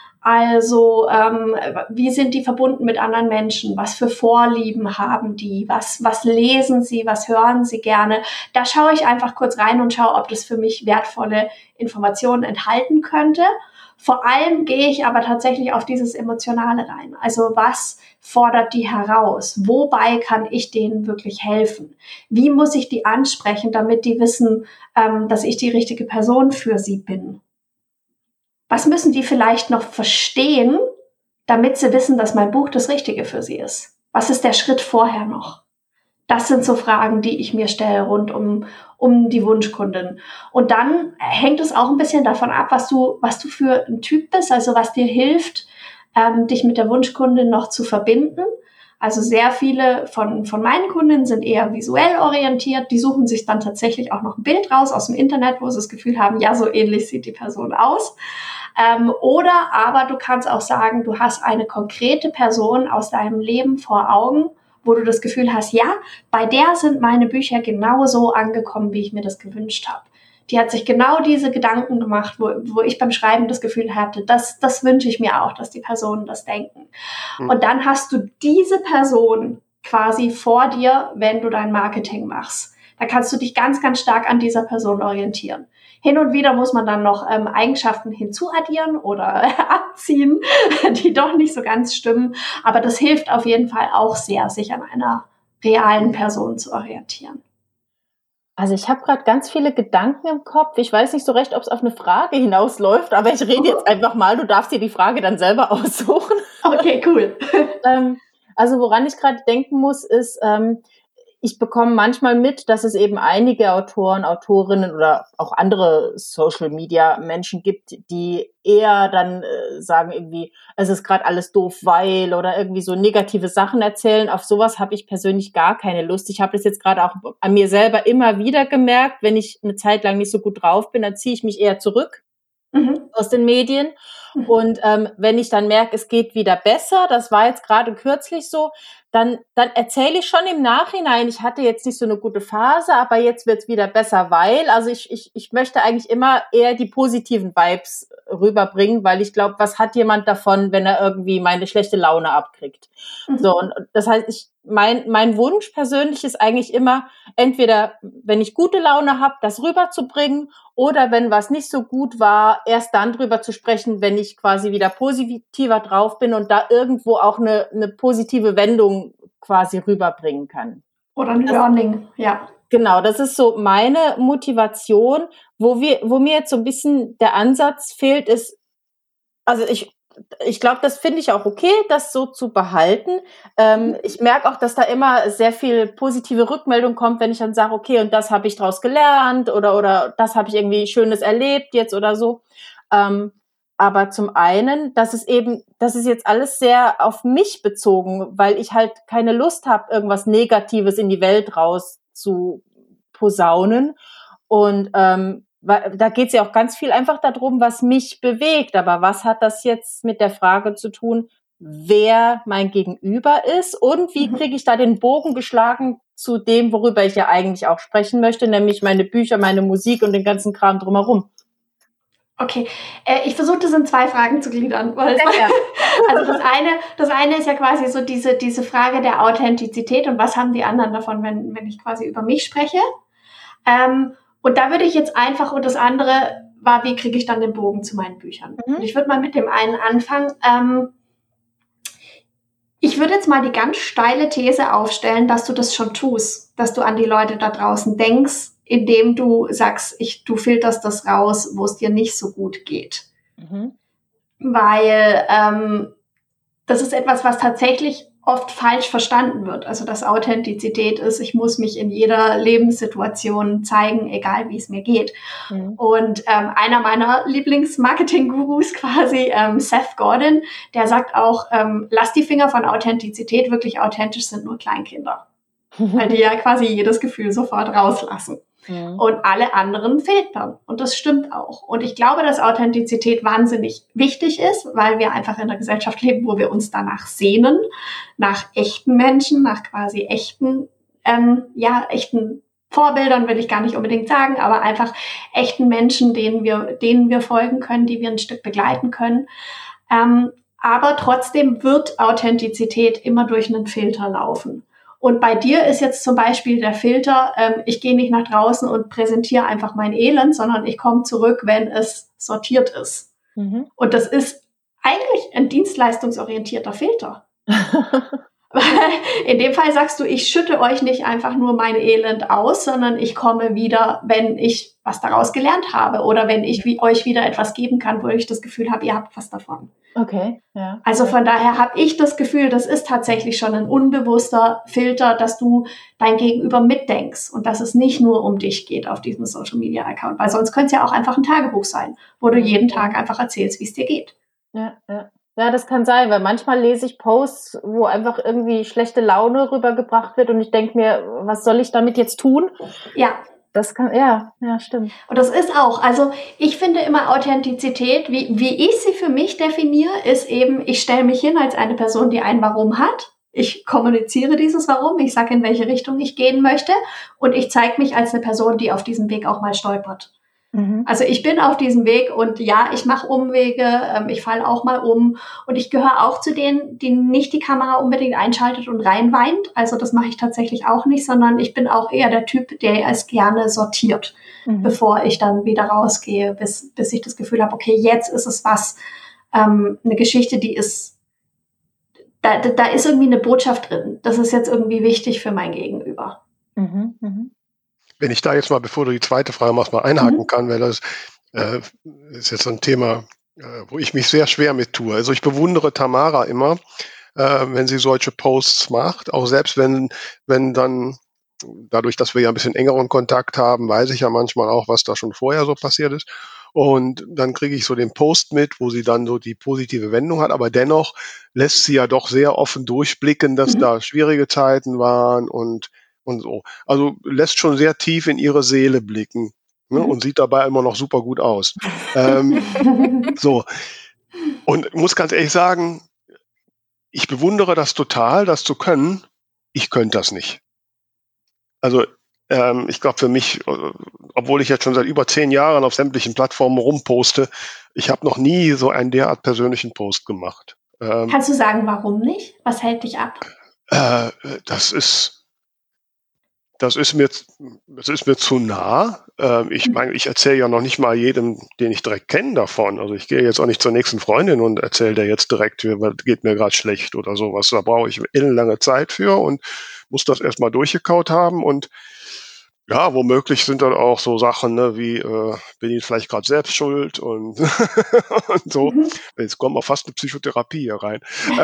Also wie sind die verbunden mit anderen Menschen? Was für Vorlieben haben die? Was lesen sie? Was hören sie gerne? Da schaue ich einfach kurz rein und schaue, ob das für mich wertvolle Informationen enthalten könnte. Vor allem gehe ich aber tatsächlich auf dieses Emotionale rein. Also was fordert die heraus? Wobei kann ich denen wirklich helfen? Wie muss ich die ansprechen, damit die wissen, dass ich die richtige Person für sie bin? Was müssen die vielleicht noch verstehen, damit sie wissen, dass mein Buch das Richtige für sie ist? Was ist der Schritt vorher noch? Das sind so Fragen, die ich mir stelle rund um die Wunschkundin. Und dann hängt es auch ein bisschen davon ab, was du für ein Typ bist, also was dir hilft, dich mit der Wunschkundin noch zu verbinden. Also sehr viele von meinen Kundinnen sind eher visuell orientiert. Die suchen sich dann tatsächlich auch noch ein Bild raus aus dem Internet, wo sie das Gefühl haben, ja, so ähnlich sieht die Person aus. Oder aber du kannst auch sagen, du hast eine konkrete Person aus deinem Leben vor Augen, wo du das Gefühl hast, ja, bei der sind meine Bücher genau so angekommen, wie ich mir das gewünscht habe. Die hat sich genau diese Gedanken gemacht, wo ich beim Schreiben das Gefühl hatte, das wünsche ich mir auch, dass die Personen das denken. Und dann hast du diese Person quasi vor dir, wenn du dein Marketing machst. Da kannst du dich ganz, ganz stark an dieser Person orientieren. Hin und wieder muss man dann noch Eigenschaften hinzuaddieren oder abziehen, die doch nicht so ganz stimmen. Aber das hilft auf jeden Fall auch sehr, sich an einer realen Person zu orientieren. Also ich habe gerade ganz viele Gedanken im Kopf. Ich weiß nicht so recht, ob es auf eine Frage hinausläuft, aber ich rede jetzt einfach mal. Du darfst dir die Frage dann selber aussuchen. Okay, cool. Also woran ich gerade denken muss, ist, ich bekomme manchmal mit, dass es eben einige Autoren, Autorinnen oder auch andere Social-Media-Menschen gibt, die eher dann sagen irgendwie, es ist gerade alles doof, weil oder irgendwie so negative Sachen erzählen. Auf sowas habe ich persönlich gar keine Lust. Ich habe das jetzt gerade auch an mir selber immer wieder gemerkt, wenn ich eine Zeit lang nicht so gut drauf bin, dann ziehe ich mich eher zurück aus den Medien. Und wenn ich dann merke, es geht wieder besser, das war jetzt gerade kürzlich so, dann erzähle ich schon im Nachhinein, ich hatte jetzt nicht so eine gute Phase, aber jetzt wird's wieder besser, weil, also ich möchte eigentlich immer eher die positiven Vibes rüberbringen, weil ich glaube, was hat jemand davon, wenn er irgendwie meine schlechte Laune abkriegt? So, und das heißt, mein Wunsch persönlich ist eigentlich immer, entweder, wenn ich gute Laune habe, das rüberzubringen, oder wenn was nicht so gut war, erst dann drüber zu sprechen, wenn ich quasi wieder positiver drauf bin und da irgendwo auch eine positive Wendung quasi rüberbringen kann. Oder ein Learning, ja. Genau, das ist so meine Motivation. Wo mir jetzt so ein bisschen der Ansatz fehlt, ist, also ich glaube, das finde ich auch okay, das so zu behalten. Ich merke auch, dass da immer sehr viel positive Rückmeldung kommt, wenn ich dann sage, okay, und das habe ich draus gelernt oder das habe ich irgendwie Schönes erlebt jetzt oder so. Aber zum einen, das ist jetzt alles sehr auf mich bezogen, weil ich halt keine Lust habe, irgendwas Negatives in die Welt raus zu posaunen. Und da geht es ja auch ganz viel einfach darum, was mich bewegt. Aber was hat das jetzt mit der Frage zu tun, wer mein Gegenüber ist und wie kriege ich da den Bogen geschlagen zu dem, worüber ich ja eigentlich auch sprechen möchte, nämlich meine Bücher, meine Musik und den ganzen Kram drumherum. Okay, ich versuche das in 2 Fragen zu gliedern. Weil also das eine ist ja quasi so diese Frage der Authentizität und was haben die anderen davon, wenn ich quasi über mich spreche. Und da würde ich jetzt einfach, und das andere war, wie kriege ich dann den Bogen zu meinen Büchern? Und ich würde mal mit dem einen anfangen. Ich würde jetzt mal die ganz steile These aufstellen, dass du das schon tust, dass du an die Leute da draußen denkst, indem du sagst, du filterst das raus, wo es dir nicht so gut geht. Weil das ist etwas, was tatsächlich oft falsch verstanden wird. Also dass Authentizität ist, ich muss mich in jeder Lebenssituation zeigen, egal wie es mir geht. Und einer meiner Lieblingsmarketing-Gurus quasi, Seth Godin, der sagt auch, lass die Finger von Authentizität, wirklich authentisch sind nur Kleinkinder. Weil die ja quasi jedes Gefühl sofort rauslassen. und alle anderen filtern. Und das stimmt auch. Und ich glaube, dass Authentizität wahnsinnig wichtig ist, weil wir einfach in einer Gesellschaft leben, wo wir uns danach sehnen, nach echten Menschen, nach quasi echten Vorbildern will ich gar nicht unbedingt sagen, aber einfach echten Menschen, denen wir folgen können, die wir ein Stück begleiten können. Aber trotzdem wird Authentizität immer durch einen Filter laufen. Und bei dir ist jetzt zum Beispiel der Filter, ich gehe nicht nach draußen und präsentiere einfach mein Elend, sondern ich komme zurück, wenn es sortiert ist. Mhm. Und das ist eigentlich ein dienstleistungsorientierter Filter. In dem Fall sagst du, ich schütte euch nicht einfach nur mein Elend aus, sondern ich komme wieder, wenn ich was daraus gelernt habe oder wenn ich euch wieder etwas geben kann, wo ich das Gefühl habe, ihr habt was davon. Okay, ja. Also von daher habe ich das Gefühl, das ist tatsächlich schon ein unbewusster Filter, dass du dein Gegenüber mitdenkst und dass es nicht nur um dich geht auf diesem Social-Media-Account, weil sonst könnte es ja auch einfach ein Tagebuch sein, wo du jeden Tag einfach erzählst, wie es dir geht. Ja, ja. Ja, das kann sein, weil manchmal lese ich Posts, wo einfach irgendwie schlechte Laune rübergebracht wird und ich denke mir, was soll ich damit jetzt tun? Ja. Das kann, ja, stimmt. Und das ist auch, also ich finde immer Authentizität, wie ich sie für mich definiere, ist eben, ich stelle mich hin als eine Person, die ein Warum hat. Ich kommuniziere dieses Warum, ich sage, in welche Richtung ich gehen möchte und ich zeige mich als eine Person, die auf diesem Weg auch mal stolpert. Also ich bin auf diesem Weg und ja, ich mache Umwege, ich falle auch mal um und ich gehöre auch zu denen, die nicht die Kamera unbedingt einschaltet und reinweint. Also das mache ich tatsächlich auch nicht, sondern ich bin auch eher der Typ, der es gerne sortiert, bevor ich dann wieder rausgehe, bis ich das Gefühl habe, okay, jetzt ist es was, eine Geschichte, die ist, da ist irgendwie eine Botschaft drin. Das ist jetzt irgendwie wichtig für mein Gegenüber. Wenn ich da jetzt mal, bevor du die zweite Frage machst, mal einhaken kann, weil das ist jetzt so ein Thema, wo ich mich sehr schwer mit tue. Also ich bewundere Tamara immer, wenn sie solche Posts macht, auch selbst wenn dann, dadurch, dass wir ja ein bisschen engeren Kontakt haben, weiß ich ja manchmal auch, was da schon vorher so passiert ist. Und dann kriege ich so den Post mit, wo sie dann so die positive Wendung hat, aber dennoch lässt sie ja doch sehr offen durchblicken, dass da schwierige Zeiten waren und so. Also lässt schon sehr tief in ihre Seele blicken, ne, und sieht dabei immer noch super gut aus. So. Und muss ganz ehrlich sagen, ich bewundere das total, das zu können. Ich könnte das nicht. Also ich glaube für mich, obwohl ich jetzt schon seit über 10 Jahren auf sämtlichen Plattformen rumposte, ich habe noch nie so einen derart persönlichen Post gemacht. Kannst du sagen, warum nicht? Was hält dich ab? Das ist mir zu nah. Ich meine, ich erzähle ja noch nicht mal jedem, den ich direkt kenne, davon. Also ich gehe jetzt auch nicht zur nächsten Freundin und erzähle der jetzt direkt, geht mir gerade schlecht oder sowas. Da brauche ich ellenlange Zeit für und muss das erstmal durchgekaut haben. Und ja, womöglich sind dann auch so Sachen, ne, wie bin ich vielleicht gerade selbst schuld und, und so. Jetzt kommt mal fast eine Psychotherapie hier rein.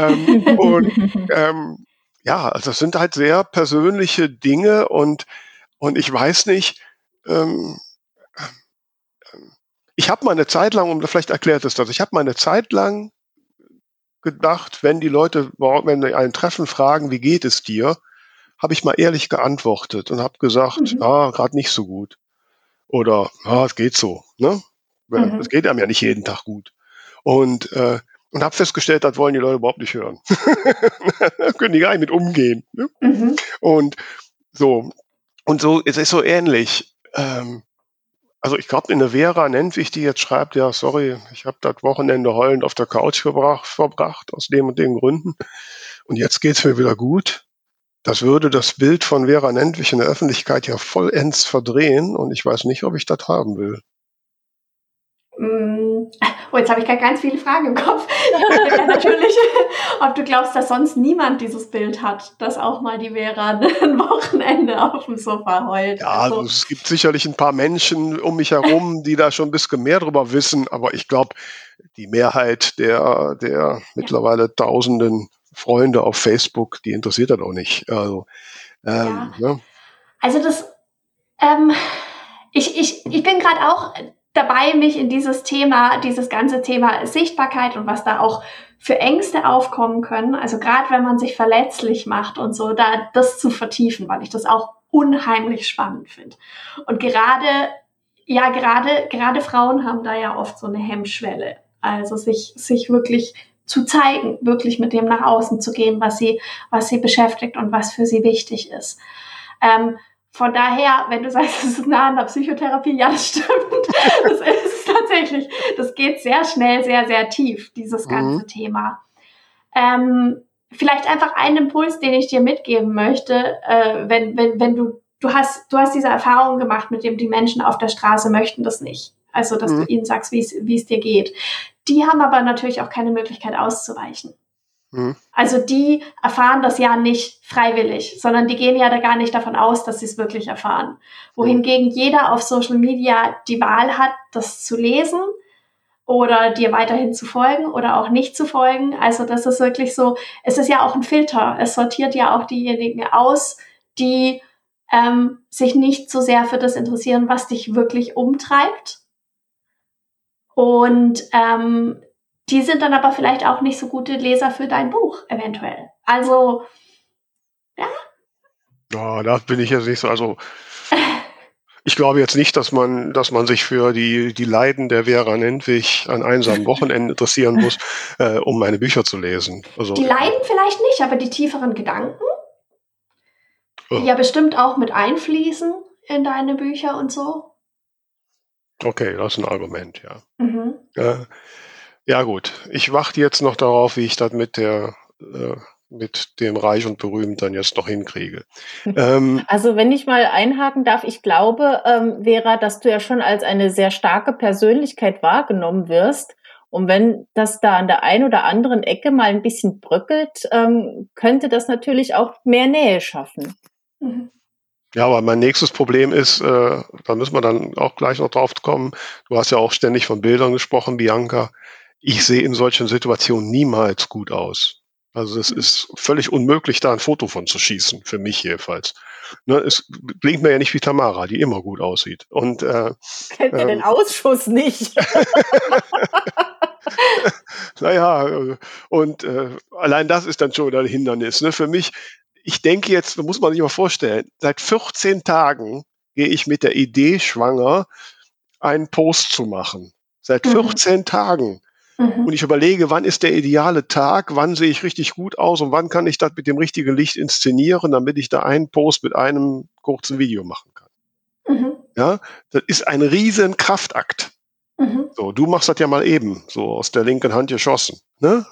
Ja, also das sind halt sehr persönliche Dinge und ich weiß nicht, ich habe mal eine Zeit lang, vielleicht erklärt es das, ich habe mal eine Zeit lang gedacht, wenn die Leute, wenn die ein Treffen fragen, wie geht es dir, habe ich mal ehrlich geantwortet und habe gesagt, gerade nicht so gut. Oder, es geht so, ne? Es geht einem ja nicht jeden Tag gut. Und habe festgestellt, das wollen die Leute überhaupt nicht hören. Da können die gar nicht mit umgehen. Ne? Und so es ist so ähnlich. Also ich glaube, eine Vera Nentwich, die jetzt schreibt, ja, sorry, ich habe das Wochenende heulend auf der Couch verbracht, aus dem und den Gründen. Und jetzt geht's mir wieder gut. Das würde das Bild von Vera Nentwich in der Öffentlichkeit ja vollends verdrehen. Und ich weiß nicht, ob ich das haben will. Oh, jetzt habe ich gerade ganz viele Fragen im Kopf. Natürlich, ob du glaubst, dass sonst niemand dieses Bild hat, dass auch mal die Vera ein Wochenende auf dem Sofa heult. Ja, also es gibt sicherlich ein paar Menschen um mich herum, die da schon ein bisschen mehr drüber wissen, aber ich glaube, die Mehrheit der mittlerweile Tausenden Freunde auf Facebook, die interessiert das auch nicht. Also, ne? Also das, ich bin gerade auch dabei, mich in dieses ganze Thema Sichtbarkeit und was da auch für Ängste aufkommen können, also gerade wenn man sich verletzlich macht und so, da das zu vertiefen, weil ich das auch unheimlich spannend finde. Und gerade Frauen haben da ja oft so eine Hemmschwelle. Also sich wirklich zu zeigen, wirklich mit dem nach außen zu gehen, was sie beschäftigt und was für sie wichtig ist. Von daher, wenn du sagst, es ist nah an der Psychotherapie, ja, das stimmt. Das ist tatsächlich, das geht sehr schnell, sehr, sehr tief, dieses ganze Thema. Vielleicht einfach einen Impuls, den ich dir mitgeben möchte, wenn du hast diese Erfahrung gemacht, mit dem die Menschen auf der Straße möchten das nicht. Also, dass du ihnen sagst, wie es dir geht. Die haben aber natürlich auch keine Möglichkeit auszuweichen. Also die erfahren das ja nicht freiwillig, sondern die gehen ja da gar nicht davon aus, dass sie es wirklich erfahren. Wohingegen jeder auf Social Media die Wahl hat, das zu lesen oder dir weiterhin zu folgen oder auch nicht zu folgen. Also das ist wirklich so, es ist ja auch ein Filter. Es sortiert ja auch diejenigen aus, die sich nicht so sehr für das interessieren, was dich wirklich umtreibt. Und die sind dann aber vielleicht auch nicht so gute Leser für dein Buch, eventuell. Also, ja. Ja, da bin ich jetzt nicht so, also ich glaube jetzt nicht, dass man sich für die Leiden der Vera Nentwich an einsamen Wochenenden interessieren muss, um meine Bücher zu lesen. Also, die Leiden vielleicht nicht, aber die tieferen Gedanken, die ja bestimmt auch mit einfließen in deine Bücher und so. Okay, das ist ein Argument, ja. Ja gut, ich warte jetzt noch darauf, wie ich das mit dem Reich und Berühmt dann jetzt noch hinkriege. Also wenn ich mal einhaken darf, ich glaube, Vera, dass du ja schon als eine sehr starke Persönlichkeit wahrgenommen wirst. Und wenn das da an der einen oder anderen Ecke mal ein bisschen bröckelt, könnte das natürlich auch mehr Nähe schaffen. Ja, aber mein nächstes Problem ist, da müssen wir dann auch gleich noch drauf kommen, du hast ja auch ständig von Bildern gesprochen, Bianca. Ich sehe in solchen Situationen niemals gut aus. Also es ist völlig unmöglich, da ein Foto von zu schießen, für mich jedenfalls. Ne, es klingt mir ja nicht wie Tamara, die immer gut aussieht. Und kennt ihr den Ausschuss nicht? Naja, und allein das ist dann schon ein Hindernis. Ne? Für mich, ich denke jetzt, da muss man sich mal vorstellen, seit 14 Tagen gehe ich mit der Idee schwanger, einen Post zu machen. Seit 14 Tagen. Und ich überlege, wann ist der ideale Tag, wann sehe ich richtig gut aus und wann kann ich das mit dem richtigen Licht inszenieren, damit ich da einen Post mit einem kurzen Video machen kann. Ja, das ist ein riesen Kraftakt. So, du machst das ja mal eben, so aus der linken Hand geschossen. Ne?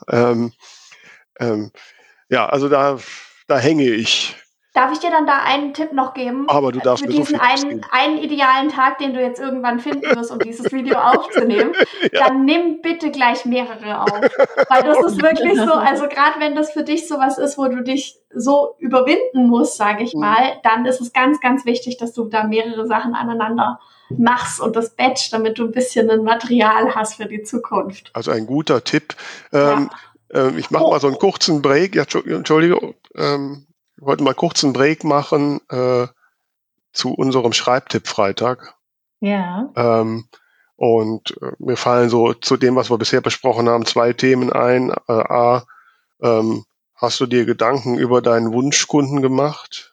Ja, also da hänge ich. Darf ich dir dann da einen Tipp noch geben? Aber du darfst für mir so diesen viel einen idealen Tag, den du jetzt irgendwann finden wirst, um dieses Video aufzunehmen, dann nimm bitte gleich mehrere auf. Weil das ist wirklich so, also gerade wenn das für dich sowas ist, wo du dich so überwinden musst, sage ich mal, dann ist es ganz, ganz wichtig, dass du da mehrere Sachen aneinander machst und das batchst, damit du ein bisschen ein Material hast für die Zukunft. Also ein guter Tipp. Ich mache mal so einen kurzen Break. Ja, Entschuldige, ich wollte mal kurz einen Break machen zu unserem Schreibtipp-Freitag. Ja. Und mir fallen so zu dem, was wir bisher besprochen haben, 2 Themen ein. A, hast du dir Gedanken über deinen Wunschkunden gemacht?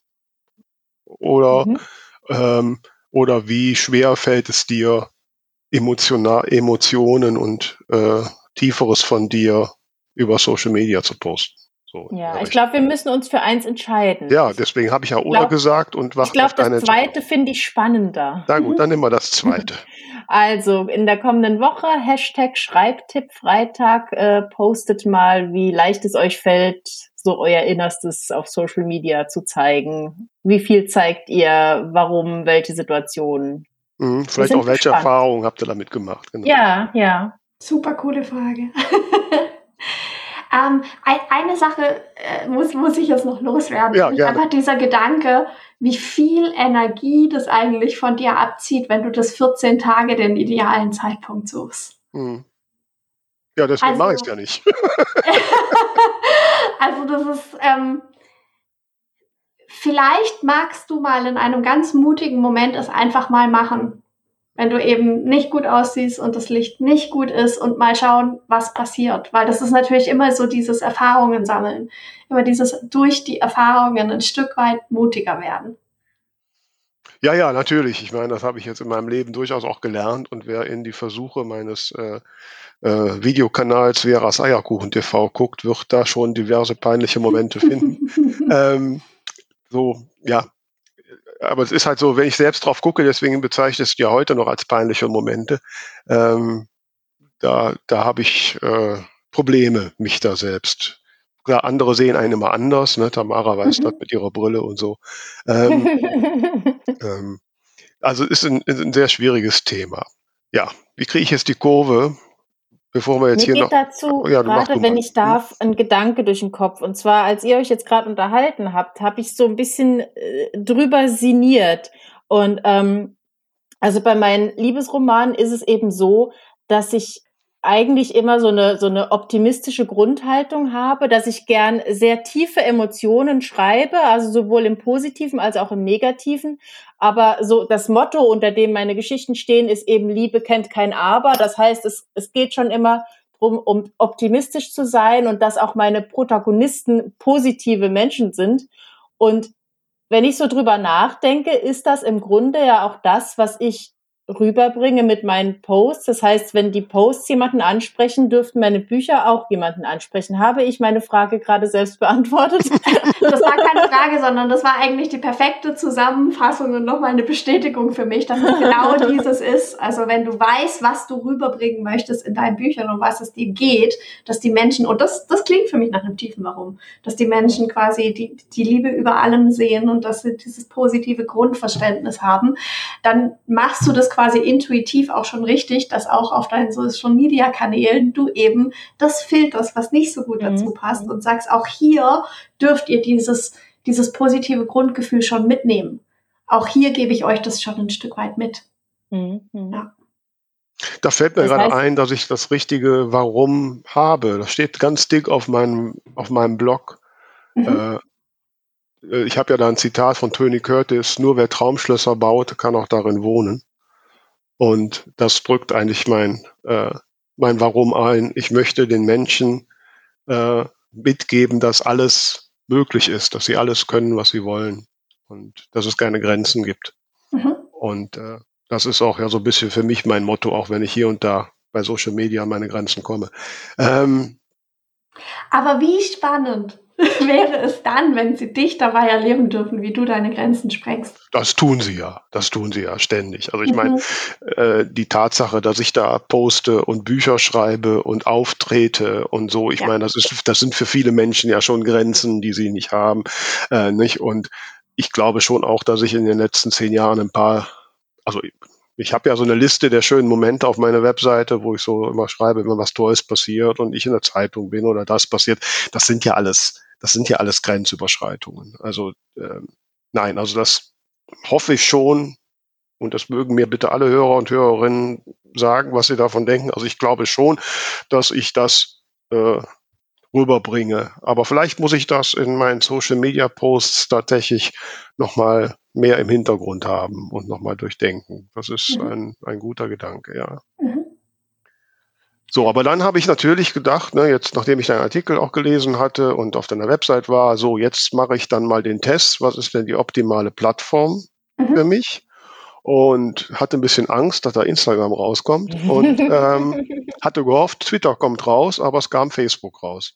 Oder wie schwer fällt es dir, Emotionen und Tieferes von dir über Social Media zu posten? So, ja, ich glaube, wir müssen uns für eins entscheiden. Ja, deswegen habe ich ja oder gesagt und warte auf deine Entscheidung. Ich glaube, das zweite finde ich spannender. Na gut, dann nehmen wir das zweite. Also, in der kommenden Woche, #Schreibtipp-Freitag, postet mal, wie leicht es euch fällt, so euer Innerstes auf Social Media zu zeigen. Wie viel zeigt ihr, warum, welche Situationen? Vielleicht auch, welche Erfahrungen habt ihr damit gemacht? Genau. Ja. Super coole Frage. Eine Sache muss ich jetzt noch loswerden. Ja, gerne. Einfach dieser Gedanke, wie viel Energie das eigentlich von dir abzieht, wenn du das 14 Tage den idealen Zeitpunkt suchst. Ja, deswegen mache ich es ja nicht. Also das ist, vielleicht magst du mal in einem ganz mutigen Moment es einfach mal machen. Wenn du eben nicht gut aussiehst und das Licht nicht gut ist und mal schauen, was passiert. Weil das ist natürlich immer so dieses Erfahrungen sammeln. Immer dieses durch die Erfahrungen ein Stück weit mutiger werden. Ja, natürlich. Ich meine, das habe ich jetzt in meinem Leben durchaus auch gelernt, und wer in die Versuche meines Videokanals Veras Eierkuchen TV guckt, wird da schon diverse peinliche Momente finden. Ja. Aber es ist halt so, wenn ich selbst drauf gucke, deswegen bezeichne ich es ja heute noch als peinliche Momente, da habe ich Probleme, mich da selbst. Klar, andere sehen einen immer anders, ne? Tamara weiß das mit ihrer Brille und so. Also ist ein sehr schwieriges Thema. Ja, wie kriege ich jetzt die Kurve, bevor wir jetzt Mir hier geht noch... dazu Ja, mach du gerade, wenn mal. ich darf, ein Gedanke durch den Kopf. Und zwar, als ihr euch jetzt gerade unterhalten habt, habe ich so ein bisschen drüber sinniert. Und also bei meinen Liebesromanen ist es eben so, dass ich eigentlich immer so eine optimistische Grundhaltung habe, dass ich gern sehr tiefe Emotionen schreibe, also sowohl im Positiven als auch im Negativen. Aber so das Motto, unter dem meine Geschichten stehen, ist eben: Liebe kennt kein Aber. Das heißt, es geht schon immer darum, um optimistisch zu sein und dass auch meine Protagonisten positive Menschen sind. Und wenn ich so drüber nachdenke, ist das im Grunde ja auch das, was ich rüberbringe mit meinen Posts. Das heißt, wenn die Posts jemanden ansprechen, dürften meine Bücher auch jemanden ansprechen. Habe ich meine Frage gerade selbst beantwortet? Das war keine Frage, sondern das war eigentlich die perfekte Zusammenfassung und nochmal eine Bestätigung für mich, dass es genau dieses ist. Also wenn du weißt, was du rüberbringen möchtest in deinen Büchern und was es dir geht, dass die Menschen, und das klingt für mich nach einem tiefen Warum, dass die Menschen quasi die Liebe über allem sehen und dass sie dieses positive Grundverständnis haben, dann machst du das quasi intuitiv auch schon richtig, dass auch auf deinen Social-Media-Kanälen du eben das filterst, was nicht so gut dazu passt, und sagst, auch hier dürft ihr dieses positive Grundgefühl schon mitnehmen. Auch hier gebe ich euch das schon ein Stück weit mit. Ja. Da fällt mir gerade ein, dass ich das richtige Warum habe. Das steht ganz dick auf meinem Blog. Ich habe ja da ein Zitat von Tony Curtis: Nur wer Traumschlösser baut, kann auch darin wohnen. Und das drückt eigentlich mein Warum ein. Ich möchte den Menschen mitgeben, dass alles möglich ist, dass sie alles können, was sie wollen, und dass es keine Grenzen gibt. Und das ist auch ja so ein bisschen für mich mein Motto, auch wenn ich hier und da bei Social Media an meine Grenzen komme. Aber wie spannend wäre es dann, wenn sie dich dabei erleben dürfen, wie du deine Grenzen sprengst? Das tun sie ja ständig. Also ich meine, die Tatsache, dass ich da poste und Bücher schreibe und auftrete und so, ich meine, das sind für viele Menschen ja schon Grenzen, die sie nicht haben, nicht? Und ich glaube schon auch, dass ich in den letzten 10 Jahren ich habe ja so eine Liste der schönen Momente auf meiner Webseite, wo ich so immer schreibe, wenn was Tolles passiert und ich in der Zeitung bin oder das passiert. Das sind ja alles Grenzüberschreitungen. Also nein, also das hoffe ich schon, und das mögen mir bitte alle Hörer und Hörerinnen sagen, was sie davon denken. Also ich glaube schon, dass ich das rüberbringe. Aber vielleicht muss ich das in meinen Social-Media-Posts tatsächlich nochmal mehr im Hintergrund haben und nochmal durchdenken. Das ist ein guter Gedanke, ja. So, aber dann habe ich natürlich gedacht, ne, jetzt, nachdem ich deinen Artikel auch gelesen hatte und auf deiner Website war, so, jetzt mache ich dann mal den Test. Was ist denn die optimale Plattform für mich? Und hatte ein bisschen Angst, dass da Instagram rauskommt, und hatte gehofft, Twitter kommt raus, aber es kam Facebook raus.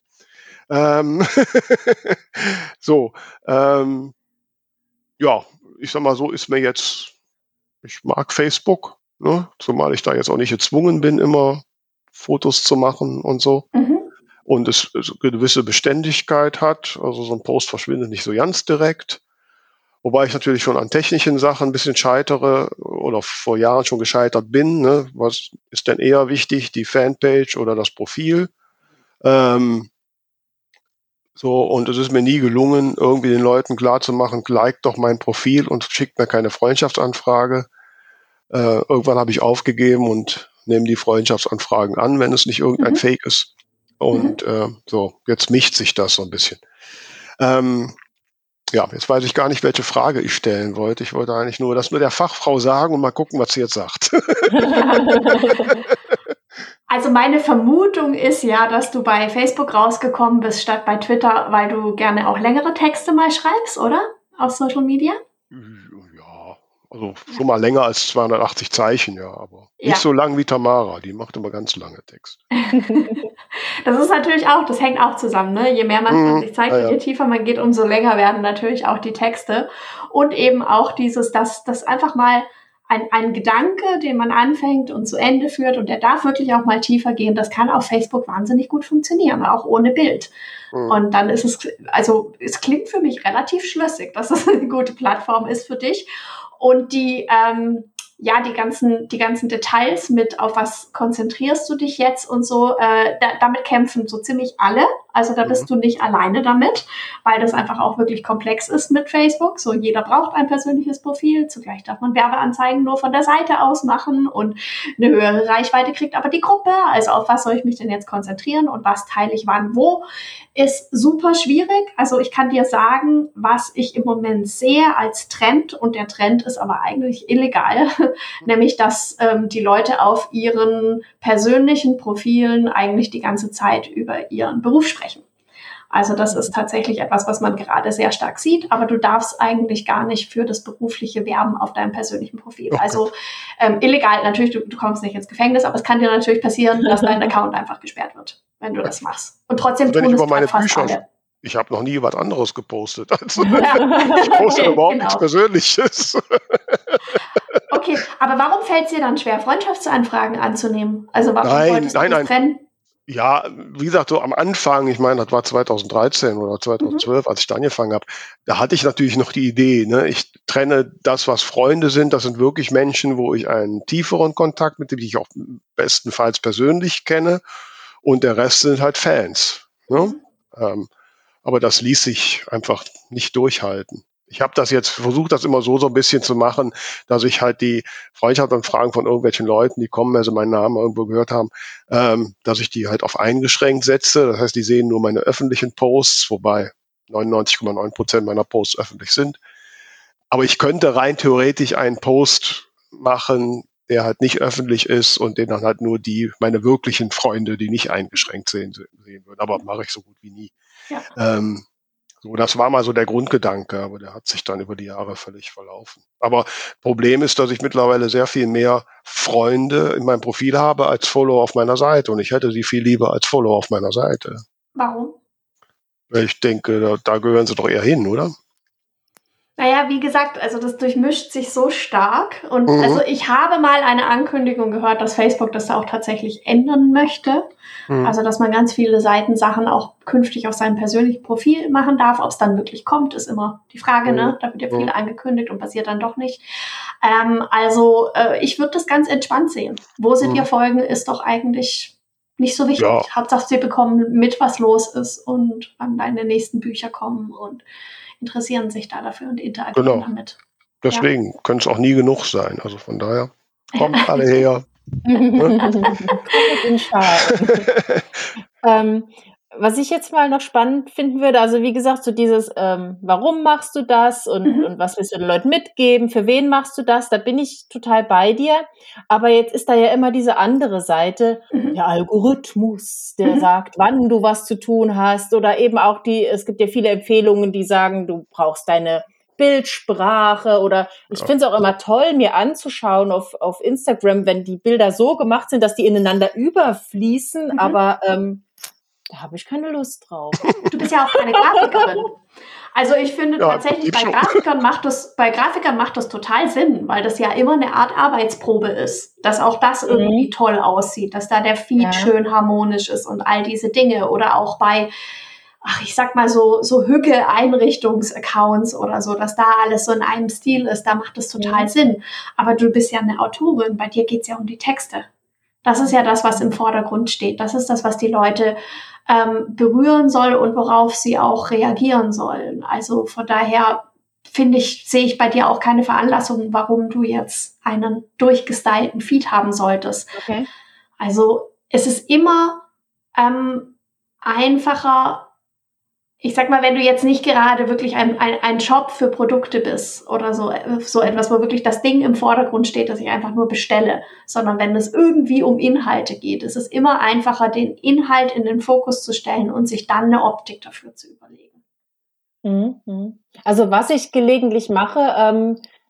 Ja, ich sag mal so, ist mir jetzt, ich mag Facebook, ne, zumal ich da jetzt auch nicht gezwungen bin, immer Fotos zu machen und so. Und es eine gewisse Beständigkeit hat, also so ein Post verschwindet nicht so ganz direkt. Wobei ich natürlich schon an technischen Sachen ein bisschen scheitere oder vor Jahren schon gescheitert bin. Ne? Was ist denn eher wichtig, die Fanpage oder das Profil? Und es ist mir nie gelungen, irgendwie den Leuten klarzumachen, liked doch mein Profil und schickt mir keine Freundschaftsanfrage. Irgendwann habe ich aufgegeben und nehme die Freundschaftsanfragen an, wenn es nicht irgendein Fake ist. Und jetzt mischt sich das so ein bisschen. Jetzt weiß ich gar nicht, welche Frage ich stellen wollte. Ich wollte eigentlich nur das der Fachfrau sagen und mal gucken, was sie jetzt sagt. Also meine Vermutung ist ja, dass du bei Facebook rausgekommen bist statt bei Twitter, weil du gerne auch längere Texte mal schreibst, oder? Auf Social Media? Ja, Also schon mal länger als 280 Zeichen, ja, aber nicht so lang wie Tamara, die macht immer ganz lange Text. Das ist natürlich auch, das hängt auch zusammen, ne? Je mehr man von sich zeigt und je tiefer man geht, umso länger werden natürlich auch die Texte. Und eben auch dieses, dass einfach mal ein Gedanke, den man anfängt und zu Ende führt und der darf wirklich auch mal tiefer gehen, das kann auf Facebook wahnsinnig gut funktionieren, auch ohne Bild. Und dann ist es, also es klingt für mich relativ schlüssig, dass es eine gute Plattform ist für dich. Und die ganzen Details mit, auf was konzentrierst du dich jetzt und so, damit kämpfen so ziemlich alle. Also da bist du nicht alleine damit, weil das einfach auch wirklich komplex ist mit Facebook. So, jeder braucht ein persönliches Profil. Zugleich darf man Werbeanzeigen nur von der Seite aus machen und eine höhere Reichweite kriegt aber die Gruppe. Also auf was soll ich mich denn jetzt konzentrieren und was teile ich wann wo? Ist super schwierig. Also ich kann dir sagen, was ich im Moment sehe als Trend, und der Trend ist aber eigentlich illegal, nämlich dass die Leute auf ihren persönlichen Profilen eigentlich die ganze Zeit über ihren Beruf sprechen. Also das ist tatsächlich etwas, was man gerade sehr stark sieht, aber du darfst eigentlich gar nicht für das berufliche werben auf deinem persönlichen Profil. Okay. Also illegal, natürlich, du kommst nicht ins Gefängnis, aber es kann dir natürlich passieren, dass dein Account einfach gesperrt wird, wenn du das machst. Und trotzdem tun es fast alle. Ich habe noch nie was anderes gepostet. Also, ich poste überhaupt nichts Persönliches. Okay, aber warum fällt es dir dann schwer, Freundschaftsanfragen anzunehmen? Also warum wolltest du dich trennen? Ja, wie gesagt, so am Anfang, ich meine, das war 2013 oder 2012, als ich da angefangen habe, da hatte ich natürlich noch die Idee, ne? Ich trenne das, was Freunde sind, das sind wirklich Menschen, wo ich einen tieferen Kontakt mit, die ich auch bestenfalls persönlich kenne, und der Rest sind halt Fans. Ne? Aber das ließ sich einfach nicht durchhalten. Ich habe das jetzt versucht, das immer so ein bisschen zu machen, dass ich halt die Freundschaftsanfragen von irgendwelchen Leuten, die kommen, also meinen Namen irgendwo gehört haben, dass ich die halt auf eingeschränkt setze. Das heißt, die sehen nur meine öffentlichen Posts, wobei 99,9% meiner Posts öffentlich sind. Aber ich könnte rein theoretisch einen Post machen, der halt nicht öffentlich ist und den dann halt nur meine wirklichen Freunde, die nicht eingeschränkt sehen würden. Aber mache ich so gut wie nie. Ja. So, das war mal so der Grundgedanke, aber der hat sich dann über die Jahre völlig verlaufen. Aber Problem ist, dass ich mittlerweile sehr viel mehr Freunde in meinem Profil habe als Follower auf meiner Seite, und ich hätte sie viel lieber als Follower auf meiner Seite. Warum? Weil ich denke, da gehören sie doch eher hin, oder? Naja, wie gesagt, also das durchmischt sich so stark. Und also ich habe mal eine Ankündigung gehört, dass Facebook das auch tatsächlich ändern möchte. Also dass man ganz viele Seitensachen auch künftig auf seinem persönlichen Profil machen darf. Ob es dann wirklich kommt, ist immer die Frage, ne? Da wird ja viel angekündigt und passiert dann doch nicht. Ich würde das ganz entspannt sehen. Wo sie dir folgen, ist doch eigentlich nicht so wichtig. Ja. Hauptsache, sie bekommen mit, was los ist und an deine nächsten Bücher kommen und interessieren sich da dafür und interagieren damit. Deswegen können es auch nie genug sein. Also von daher, kommt alle her. Was ich jetzt mal noch spannend finden würde, also wie gesagt, so dieses, warum machst du das und was willst du den Leuten mitgeben, für wen machst du das, da bin ich total bei dir, aber jetzt ist da ja immer diese andere Seite, der Algorithmus, der sagt, wann du was zu tun hast, oder eben auch es gibt ja viele Empfehlungen, die sagen, du brauchst deine Bildsprache, oder ich finde es auch immer toll, mir anzuschauen auf Instagram, wenn die Bilder so gemacht sind, dass die ineinander überfließen, aber da habe ich keine Lust drauf. Du bist ja auch keine Grafikerin. Also ich finde tatsächlich, bei Grafikern macht das total Sinn, weil das ja immer eine Art Arbeitsprobe ist, dass auch das irgendwie toll aussieht, dass da der Feed schön harmonisch ist und all diese Dinge, oder auch bei ich sag mal so Hügge-Einrichtungs-Accounts oder so, dass da alles so in einem Stil ist, da macht das total Sinn. Aber du bist ja eine Autorin, bei dir geht's ja um die Texte. Das ist ja das, was im Vordergrund steht. Das ist das, was die Leute berühren soll und worauf sie auch reagieren sollen. Also von daher sehe ich bei dir auch keine Veranlassung, warum du jetzt einen durchgestylten Feed haben solltest. Okay. Also es ist immer einfacher. Ich sag mal, wenn du jetzt nicht gerade wirklich ein Shop für Produkte bist oder so etwas, wo wirklich das Ding im Vordergrund steht, das ich einfach nur bestelle, sondern wenn es irgendwie um Inhalte geht, ist es immer einfacher, den Inhalt in den Fokus zu stellen und sich dann eine Optik dafür zu überlegen. Also was ich gelegentlich mache,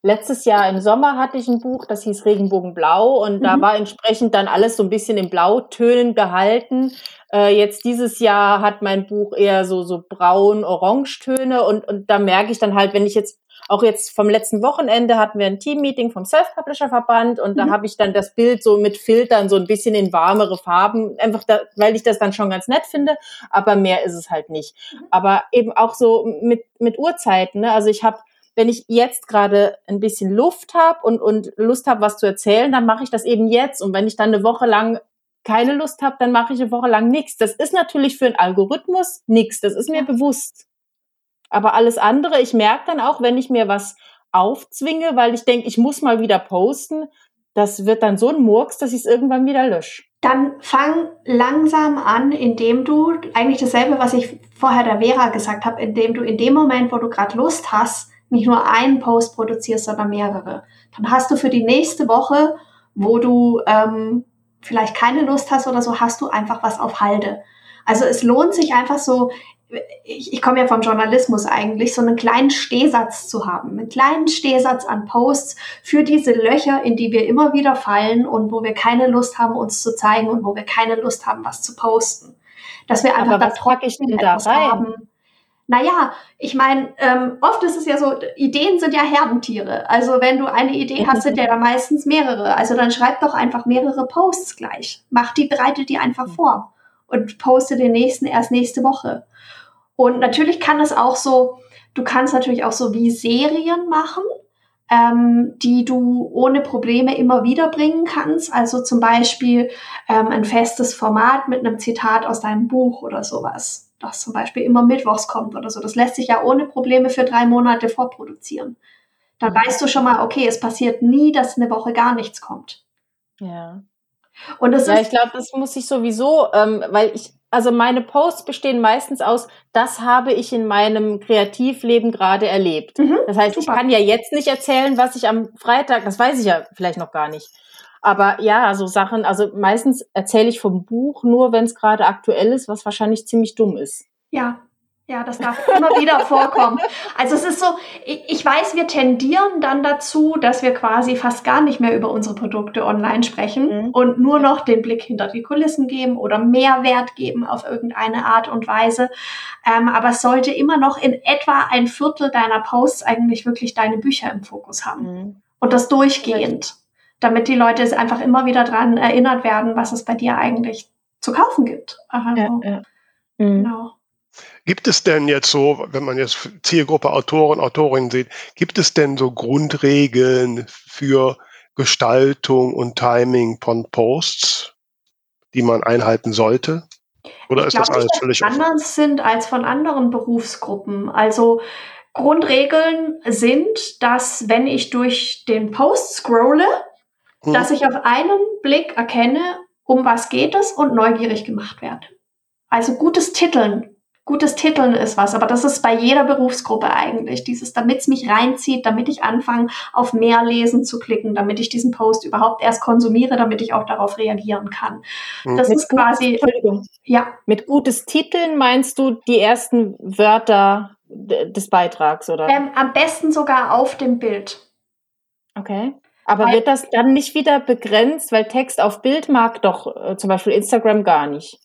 letztes Jahr im Sommer hatte ich ein Buch, das hieß Regenbogenblau und da war entsprechend dann alles so ein bisschen in Blautönen gehalten. Jetzt dieses Jahr hat mein Buch eher so braun-orange-Töne und da merke ich dann halt, wenn ich jetzt auch jetzt vom letzten Wochenende hatten wir ein Team-Meeting vom Self-Publisher-Verband und da habe ich dann das Bild so mit Filtern so ein bisschen in warmere Farben, einfach weil ich das dann schon ganz nett finde, aber mehr ist es halt nicht. Aber eben auch so mit Uhrzeiten, ne? Also wenn ich jetzt gerade ein bisschen Luft habe und Lust habe, was zu erzählen, dann mache ich das eben jetzt. Und wenn ich dann eine Woche lang keine Lust habe, dann mache ich eine Woche lang nichts. Das ist natürlich für einen Algorithmus nichts, das ist mir bewusst. Aber alles andere, ich merke dann auch, wenn ich mir was aufzwinge, weil ich denke, ich muss mal wieder posten, das wird dann so ein Murks, dass ich es irgendwann wieder lösche. Dann fang langsam an, indem du, eigentlich dasselbe, was ich vorher der Vera gesagt habe, indem du in dem Moment, wo du gerade Lust hast, nicht nur einen Post produzierst, sondern mehrere. Dann hast du für die nächste Woche, wo du vielleicht keine Lust hast oder so, hast du einfach was auf Halde. Also es lohnt sich einfach so, ich komme ja vom Journalismus eigentlich, so einen kleinen Stehsatz zu haben, einen kleinen Stehsatz an Posts für diese Löcher, in die wir immer wieder fallen und wo wir keine Lust haben, uns zu zeigen und wo wir keine Lust haben, was zu posten. Dass wir einfach da trotzdem etwas haben. Naja, ich meine, oft ist es ja so, Ideen sind ja Herdentiere. Also wenn du eine Idee hast, sind ja da meistens mehrere. Also dann schreib doch einfach mehrere Posts gleich. Bereite die einfach vor und poste den nächsten erst nächste Woche. Und natürlich kann es auch so, du kannst natürlich auch so wie Serien machen, die du ohne Probleme immer wieder bringen kannst. Also zum Beispiel ein festes Format mit einem Zitat aus deinem Buch oder sowas, das zum Beispiel immer mittwochs kommt oder so. Das lässt sich ja ohne Probleme für 3 Monate vorproduzieren. Dann weißt du schon mal, okay, es passiert nie, dass eine Woche gar nichts kommt. Ja. Und das ich glaube, das muss ich sowieso, weil also meine Posts bestehen meistens aus, das habe ich in meinem Kreativleben gerade erlebt. Das heißt, ich kann ja jetzt nicht erzählen, was ich am Freitag, das weiß ich ja vielleicht noch gar nicht. Aber ja, so Sachen, also meistens erzähle ich vom Buch nur, wenn es gerade aktuell ist, was wahrscheinlich ziemlich dumm ist. Ja, das darf immer wieder vorkommen. Also es ist so, ich weiß, wir tendieren dann dazu, dass wir quasi fast gar nicht mehr über unsere Produkte online sprechen und nur noch den Blick hinter die Kulissen geben oder Mehrwert geben auf irgendeine Art und Weise. Aber es sollte immer noch in etwa 1/4 deiner Posts eigentlich wirklich deine Bücher im Fokus haben. Und das durchgehend, damit die Leute es einfach immer wieder dran erinnert werden, was es bei dir eigentlich zu kaufen gibt. Also, genau. Gibt es denn jetzt so, wenn man jetzt Zielgruppe Autoren, Autorinnen sieht, gibt es denn so Grundregeln für Gestaltung und Timing von Posts, die man einhalten sollte? Oder ist das alles völlig offen? Anders sind als von anderen Berufsgruppen. Also Grundregeln sind, dass wenn ich durch den Post scrolle, dass ich auf einen Blick erkenne, um was geht es und neugierig gemacht werde. Also gutes Titeln ist was, aber das ist bei jeder Berufsgruppe eigentlich. Damit es mich reinzieht, damit ich anfange, auf mehr Lesen zu klicken, damit ich diesen Post überhaupt erst konsumiere, damit ich auch darauf reagieren kann. Das ist quasi, mit gutes Titeln meinst du die ersten Wörter des Beitrags, oder? Am besten sogar auf dem Bild. Okay. Aber wird das dann nicht wieder begrenzt, weil Text auf Bild mag doch zum Beispiel Instagram gar nicht?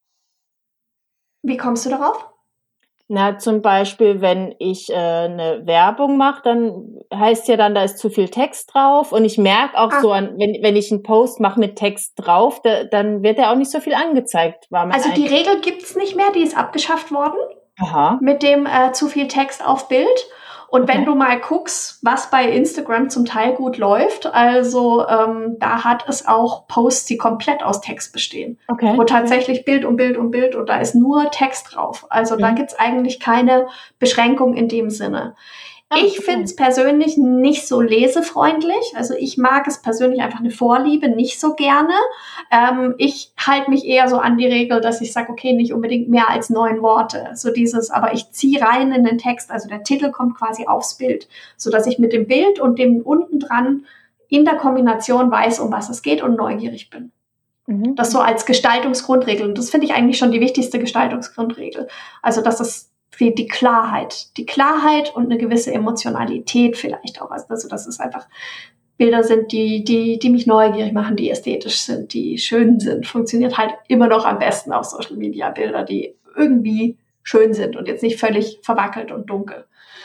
Wie kommst du darauf? Na, zum Beispiel, wenn ich eine Werbung mache, dann heißt ja dann, da ist zu viel Text drauf. Und ich merke auch wenn ich einen Post mache mit Text drauf, dann wird ja auch nicht so viel angezeigt. Also die Regel gibt's nicht mehr, die ist abgeschafft worden. Aha. Mit dem zu viel Text auf Bild. Und wenn du mal guckst, was bei Instagram zum Teil gut läuft, also da hat es auch Posts, die komplett aus Text bestehen. Wo tatsächlich Bild und Bild und Bild und da ist nur Text drauf. Also da gibt's eigentlich keine Beschränkung in dem Sinne. Ich finde es persönlich nicht so lesefreundlich. Also ich mag es persönlich einfach eine Vorliebe, nicht so gerne. Ich halte mich eher so an die Regel, dass ich sage, okay, nicht unbedingt mehr als 9 Worte. So aber ich ziehe rein in den Text. Also der Titel kommt quasi aufs Bild, sodass ich mit dem Bild und dem unten dran in der Kombination weiß, um was es geht und neugierig bin. Das so als Gestaltungsgrundregel. Und das finde ich eigentlich schon die wichtigste Gestaltungsgrundregel. Also dass es die Klarheit. Die Klarheit und eine gewisse Emotionalität vielleicht auch. Also das ist einfach Bilder sind, die mich neugierig machen, die ästhetisch sind, die schön sind. Funktioniert halt immer noch am besten auf Social Media. Bilder, die irgendwie schön sind und jetzt nicht völlig verwackelt und dunkel.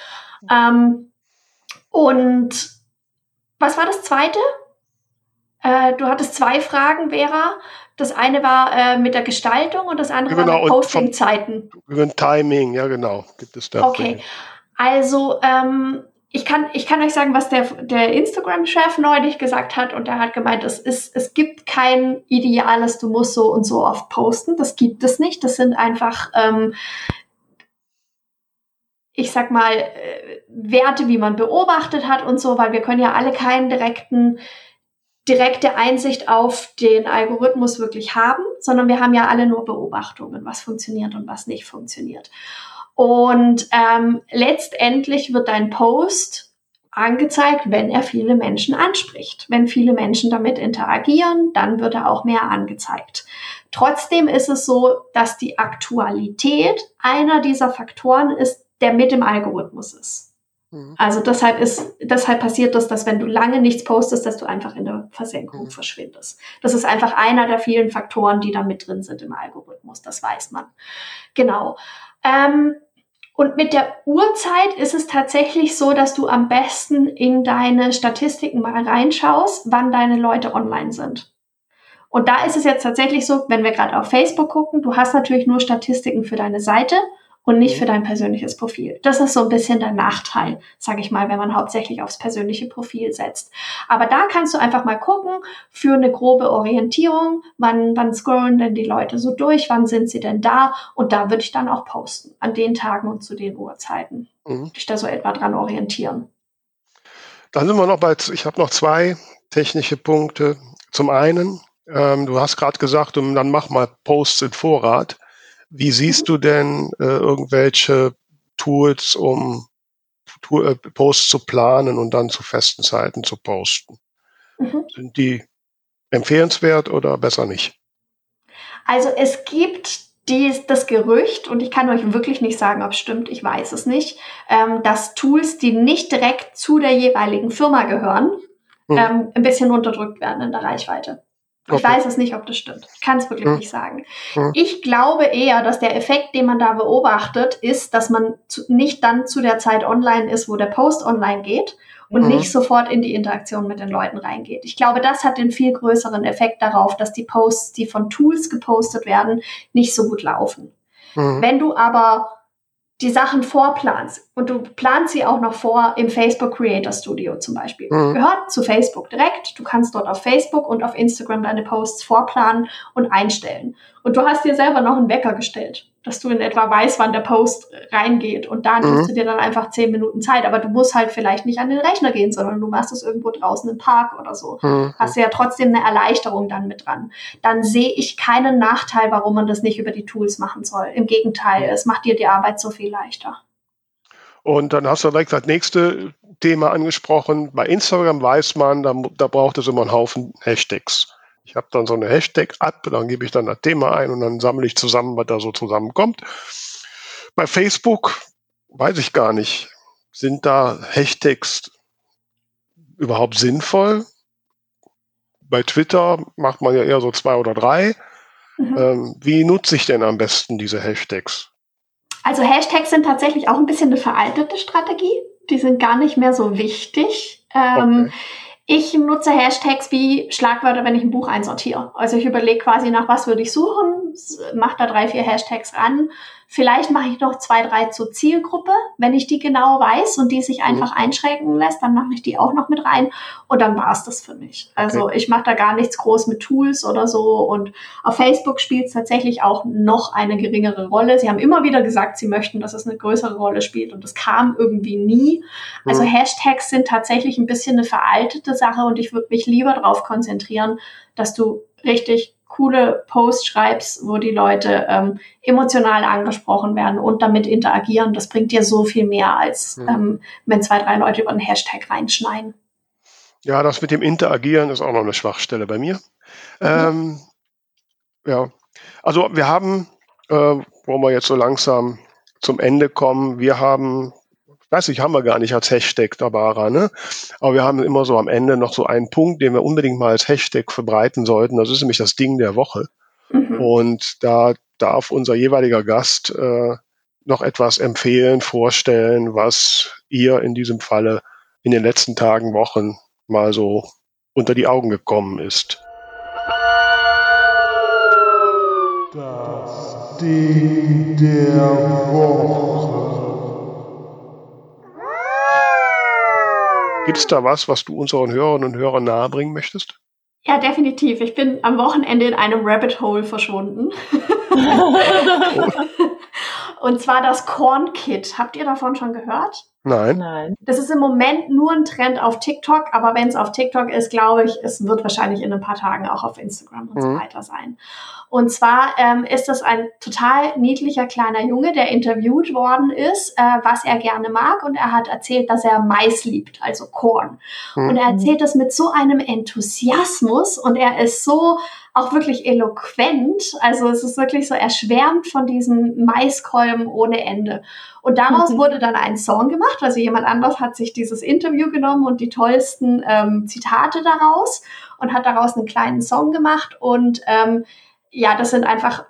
Und was war das Zweite? Du hattest 2 Fragen, Vera. Das eine war mit der Gestaltung und das andere war mit Posting-Zeiten. Über Timing, ja genau. Gibt es da Okay, also ich kann euch sagen, was der Instagram-Chef neulich gesagt hat, und der hat gemeint, es gibt kein ideales, du musst so und so oft posten. Das gibt es nicht. Das sind einfach, ich sag mal, Werte, wie man beobachtet hat und so, weil wir können ja alle keinen direkte Einsicht auf den Algorithmus wirklich haben, sondern wir haben ja alle nur Beobachtungen, was funktioniert und was nicht funktioniert. Und letztendlich wird dein Post angezeigt, wenn er viele Menschen anspricht. Wenn viele Menschen damit interagieren, dann wird er auch mehr angezeigt. Trotzdem ist es so, dass die Aktualität einer dieser Faktoren ist, der mit dem Algorithmus ist. Also deshalb passiert das, dass wenn du lange nichts postest, dass du einfach in der Versenkung verschwindest. Das ist einfach einer der vielen Faktoren, die da mit drin sind im Algorithmus. Das weiß man. Genau. Und mit der Uhrzeit ist es tatsächlich so, dass du am besten in deine Statistiken mal reinschaust, wann deine Leute online sind. Und da ist es jetzt tatsächlich so, wenn wir gerade auf Facebook gucken, du hast natürlich nur Statistiken für deine Seite und nicht für dein persönliches Profil. Das ist so ein bisschen der Nachteil, sage ich mal, wenn man hauptsächlich aufs persönliche Profil setzt. Aber da kannst du einfach mal gucken für eine grobe Orientierung, wann scrollen denn die Leute so durch, wann sind sie denn da? Und da würde ich dann auch posten, an den Tagen und zu den Uhrzeiten. Dich da so etwa dran orientieren. Dann sind wir noch ich habe noch 2 technische Punkte. Zum einen, du hast gerade gesagt, dann mach mal Posts in Vorrat. Wie siehst du denn irgendwelche Tools, um Posts zu planen und dann zu festen Zeiten zu posten? Sind die empfehlenswert oder besser nicht? Also es gibt das Gerücht, und ich kann euch wirklich nicht sagen, ob es stimmt, ich weiß es nicht, dass Tools, die nicht direkt zu der jeweiligen Firma gehören, ein bisschen unterdrückt werden in der Reichweite. Ich weiß es nicht, ob das stimmt. Ich kann es wirklich nicht sagen. Ich glaube eher, dass der Effekt, den man da beobachtet, ist, dass man nicht dann zu der Zeit online ist, wo der Post online geht und nicht sofort in die Interaktion mit den Leuten reingeht. Ich glaube, das hat den viel größeren Effekt darauf, dass die Posts, die von Tools gepostet werden, nicht so gut laufen. Wenn du aber die Sachen vorplanst und du planst sie auch noch vor im Facebook Creator Studio zum Beispiel. Gehört zu Facebook direkt. Du kannst dort auf Facebook und auf Instagram deine Posts vorplanen und einstellen. Und du hast dir selber noch einen Wecker gestellt, dass du in etwa weißt, wann der Post reingeht. Und da nimmst du dir dann einfach 10 Minuten Zeit. Aber du musst halt vielleicht nicht an den Rechner gehen, sondern du machst es irgendwo draußen im Park oder so. Hast du ja trotzdem eine Erleichterung dann mit dran. Dann sehe ich keinen Nachteil, warum man das nicht über die Tools machen soll. Im Gegenteil, es macht dir die Arbeit so viel leichter. Und dann hast du direkt das nächste Thema angesprochen. Bei Instagram weiß man, da braucht es immer einen Haufen Hashtags. Ich habe dann so eine Hashtag-App, dann gebe ich dann das Thema ein und dann sammle ich zusammen, was da so zusammenkommt. Bei Facebook weiß ich gar nicht, sind da Hashtags überhaupt sinnvoll? Bei Twitter macht man ja eher so 2 oder 3. Wie nutze ich denn am besten diese Hashtags? Also Hashtags sind tatsächlich auch ein bisschen eine veraltete Strategie. Die sind gar nicht mehr so wichtig. Ich nutze Hashtags wie Schlagwörter, wenn ich ein Buch einsortiere. Also ich überlege quasi, nach was würde ich suchen, mache da 3, 4 Hashtags ran. Vielleicht mache ich noch 2, 3 zur Zielgruppe, wenn ich die genau weiß und die sich einfach einschränken lässt, dann mache ich die auch noch mit rein und dann war es das für mich. Also ich mache da gar nichts groß mit Tools oder so und auf Facebook spielt es tatsächlich auch noch eine geringere Rolle. Sie haben immer wieder gesagt, sie möchten, dass es eine größere Rolle spielt und das kam irgendwie nie. Also Hashtags sind tatsächlich ein bisschen eine veraltete Sache und ich würde mich lieber darauf konzentrieren, dass du richtig coole Posts schreibst, wo die Leute emotional angesprochen werden und damit interagieren. Das bringt dir so viel mehr, als wenn 2, 3 Leute über einen Hashtag reinschneiden. Ja, das mit dem Interagieren ist auch noch eine Schwachstelle bei mir. Ja, also wir haben, wollen wir jetzt so langsam zum Ende kommen. Wir haben, weiß ich, haben wir gar nicht als Hashtag Tamara, ne? Aber wir haben immer so am Ende noch so einen Punkt, den wir unbedingt mal als Hashtag verbreiten sollten. Das ist nämlich das Ding der Woche. Und da darf unser jeweiliger Gast noch etwas empfehlen, vorstellen, was ihr in diesem Falle in den letzten Tagen, Wochen mal so unter die Augen gekommen ist. Das Ding der Woche. Gibt es da was du unseren Hörerinnen und Hörern nahebringen möchtest? Ja, definitiv. Ich bin am Wochenende in einem Rabbit Hole verschwunden. Und zwar das Corn Kit. Habt ihr davon schon gehört? Nein. Das ist im Moment nur ein Trend auf TikTok, aber wenn es auf TikTok ist, glaube ich, es wird wahrscheinlich in ein paar Tagen auch auf Instagram und so weiter sein. Und zwar ist das ein total niedlicher kleiner Junge, der interviewt worden ist, was er gerne mag. Und er hat erzählt, dass er Mais liebt, also Korn. Und er erzählt das mit so einem Enthusiasmus und er ist so auch wirklich eloquent. Also es ist wirklich so, er schwärmt von diesen Maiskolben ohne Ende. Und daraus wurde dann ein Song gemacht. Also jemand anderes hat sich dieses Interview genommen und die tollsten Zitate daraus und hat daraus einen kleinen Song gemacht. Und ja, das sind einfach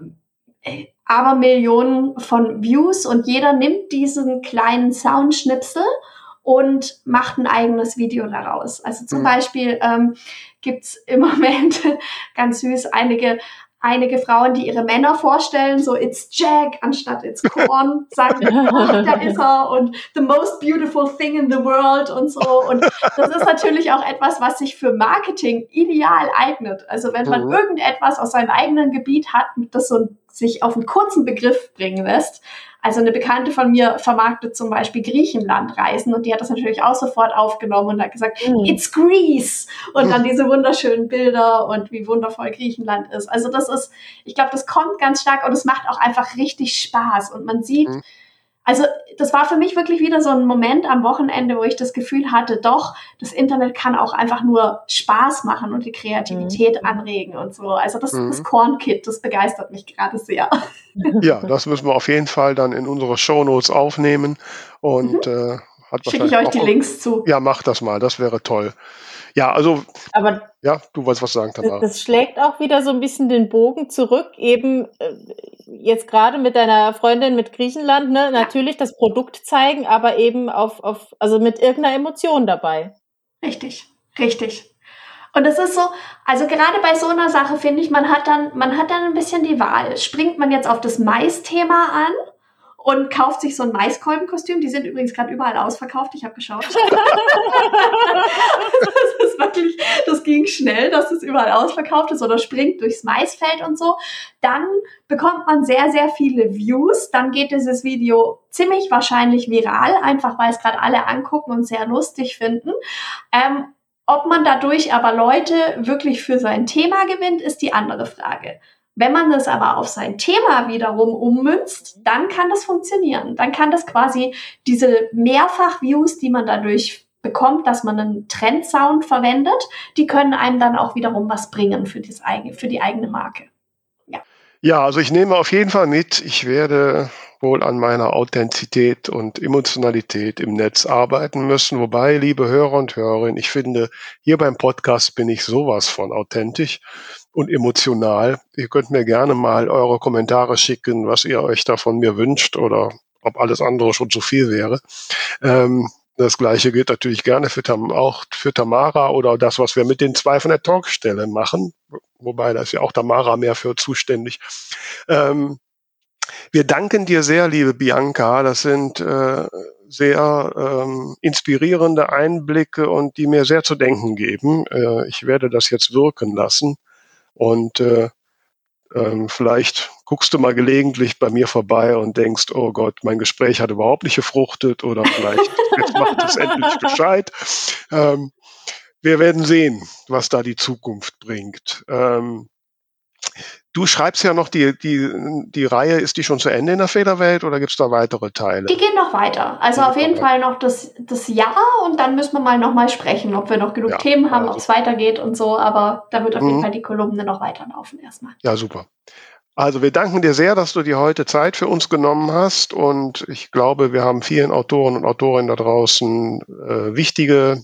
Abermillionen von Views und jeder nimmt diesen kleinen Soundschnipsel und macht ein eigenes Video daraus. Also zum Beispiel gibt's im Moment ganz süß einige Frauen, die ihre Männer vorstellen, so it's Jack anstatt it's Corn, sagen, da ist er und the most beautiful thing in the world und so. Und das ist natürlich auch etwas, was sich für Marketing ideal eignet. Also wenn man irgendetwas aus seinem eigenen Gebiet hat, das so sich auf einen kurzen Begriff bringen lässt. Also eine Bekannte von mir vermarktet zum Beispiel Griechenlandreisen und die hat das natürlich auch sofort aufgenommen und hat gesagt, it's Greece! Und dann diese wunderschönen Bilder und wie wundervoll Griechenland ist. Also das ist, ich glaube, das kommt ganz stark und es macht auch einfach richtig Spaß und man sieht, also das war für mich wirklich wieder so ein Moment am Wochenende, wo ich das Gefühl hatte, doch, das Internet kann auch einfach nur Spaß machen und die Kreativität anregen und so. Also das Corn Kit, das begeistert mich gerade sehr. Ja, das müssen wir auf jeden Fall dann in unsere Shownotes aufnehmen und schicke ich euch die Links zu. Ja, mach das mal, das wäre toll. Ja, also, aber ja, du wolltest was sagen, Tamara. Das schlägt auch wieder so ein bisschen den Bogen zurück, eben jetzt gerade mit deiner Freundin mit Griechenland, ne, natürlich das Produkt zeigen, aber eben also mit irgendeiner Emotion dabei. Richtig. Und das ist so, also gerade bei so einer Sache finde ich, man hat dann ein bisschen die Wahl. Springt man jetzt auf das Mais-Thema an und kauft sich so ein Maiskolbenkostüm. Die sind übrigens gerade überall ausverkauft. Ich habe geschaut. Das ist wirklich, das ging schnell, dass es überall ausverkauft ist oder springt durchs Maisfeld und so. Dann bekommt man sehr, sehr viele Views. Dann geht dieses Video ziemlich wahrscheinlich viral, einfach weil es gerade alle angucken und sehr lustig finden. Ob man dadurch aber Leute wirklich für sein Thema gewinnt, ist die andere Frage. Wenn man das aber auf sein Thema wiederum ummünzt, dann kann das funktionieren. Dann kann das quasi diese Mehrfach-Views, die man dadurch bekommt, dass man einen Trendsound verwendet, die können einem dann auch wiederum was bringen für die eigene Marke. Ja, also ich nehme auf jeden Fall mit, ich werde wohl an meiner Authentizität und Emotionalität im Netz arbeiten müssen. Wobei, liebe Hörer und Hörerinnen, ich finde, hier beim Podcast bin ich sowas von authentisch und emotional. Ihr könnt mir gerne mal eure Kommentare schicken, was ihr euch da von mir wünscht oder ob alles andere schon zu viel wäre. Das Gleiche gilt natürlich gerne auch für Tamara oder das, was wir mit den zwei von der Talkstelle machen. Wobei, da ist ja auch Tamara mehr für zuständig. Wir danken dir sehr, liebe Bianca. Das sind sehr inspirierende Einblicke und die mir sehr zu denken geben. Ich werde das jetzt wirken lassen und vielleicht guckst du mal gelegentlich bei mir vorbei und denkst, oh Gott, mein Gespräch hat überhaupt nicht gefruchtet oder vielleicht jetzt macht es endlich gescheit. Wir werden sehen, was da die Zukunft bringt. Du schreibst ja noch die Reihe, ist die schon zu Ende in der Federwelt oder gibt es da weitere Teile? Die gehen noch weiter. Also auf jeden Fall noch das Jahr und dann müssen wir noch mal sprechen, ob wir noch genug Themen haben, ob es weitergeht und so. Aber da wird auf jeden Fall die Kolumne noch weiterlaufen erstmal. Ja, super. Also wir danken dir sehr, dass du dir heute Zeit für uns genommen hast und ich glaube, wir haben vielen Autoren und Autorinnen da draußen wichtige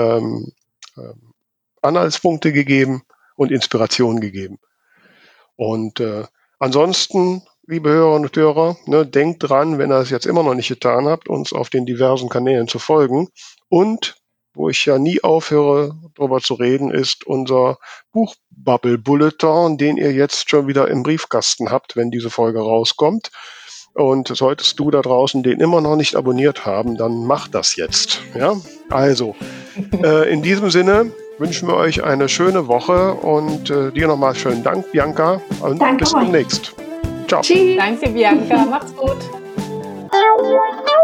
Anhaltspunkte gegeben und Inspirationen gegeben. Und ansonsten, liebe Hörerinnen und Hörer, ne, denkt dran, wenn ihr es jetzt immer noch nicht getan habt, uns auf den diversen Kanälen zu folgen. Und wo ich ja nie aufhöre, darüber zu reden, ist unser Buchbubble-Bulletin, den ihr jetzt schon wieder im Briefkasten habt, wenn diese Folge rauskommt. Und solltest du da draußen den immer noch nicht abonniert haben, dann mach das jetzt. Ja? Also, in diesem Sinne wünschen wir euch eine schöne Woche und dir nochmal schönen Dank, Bianca. Und Danke bis euch. demnächst. Ciao. Tschüss. Danke, Bianca. Macht's gut.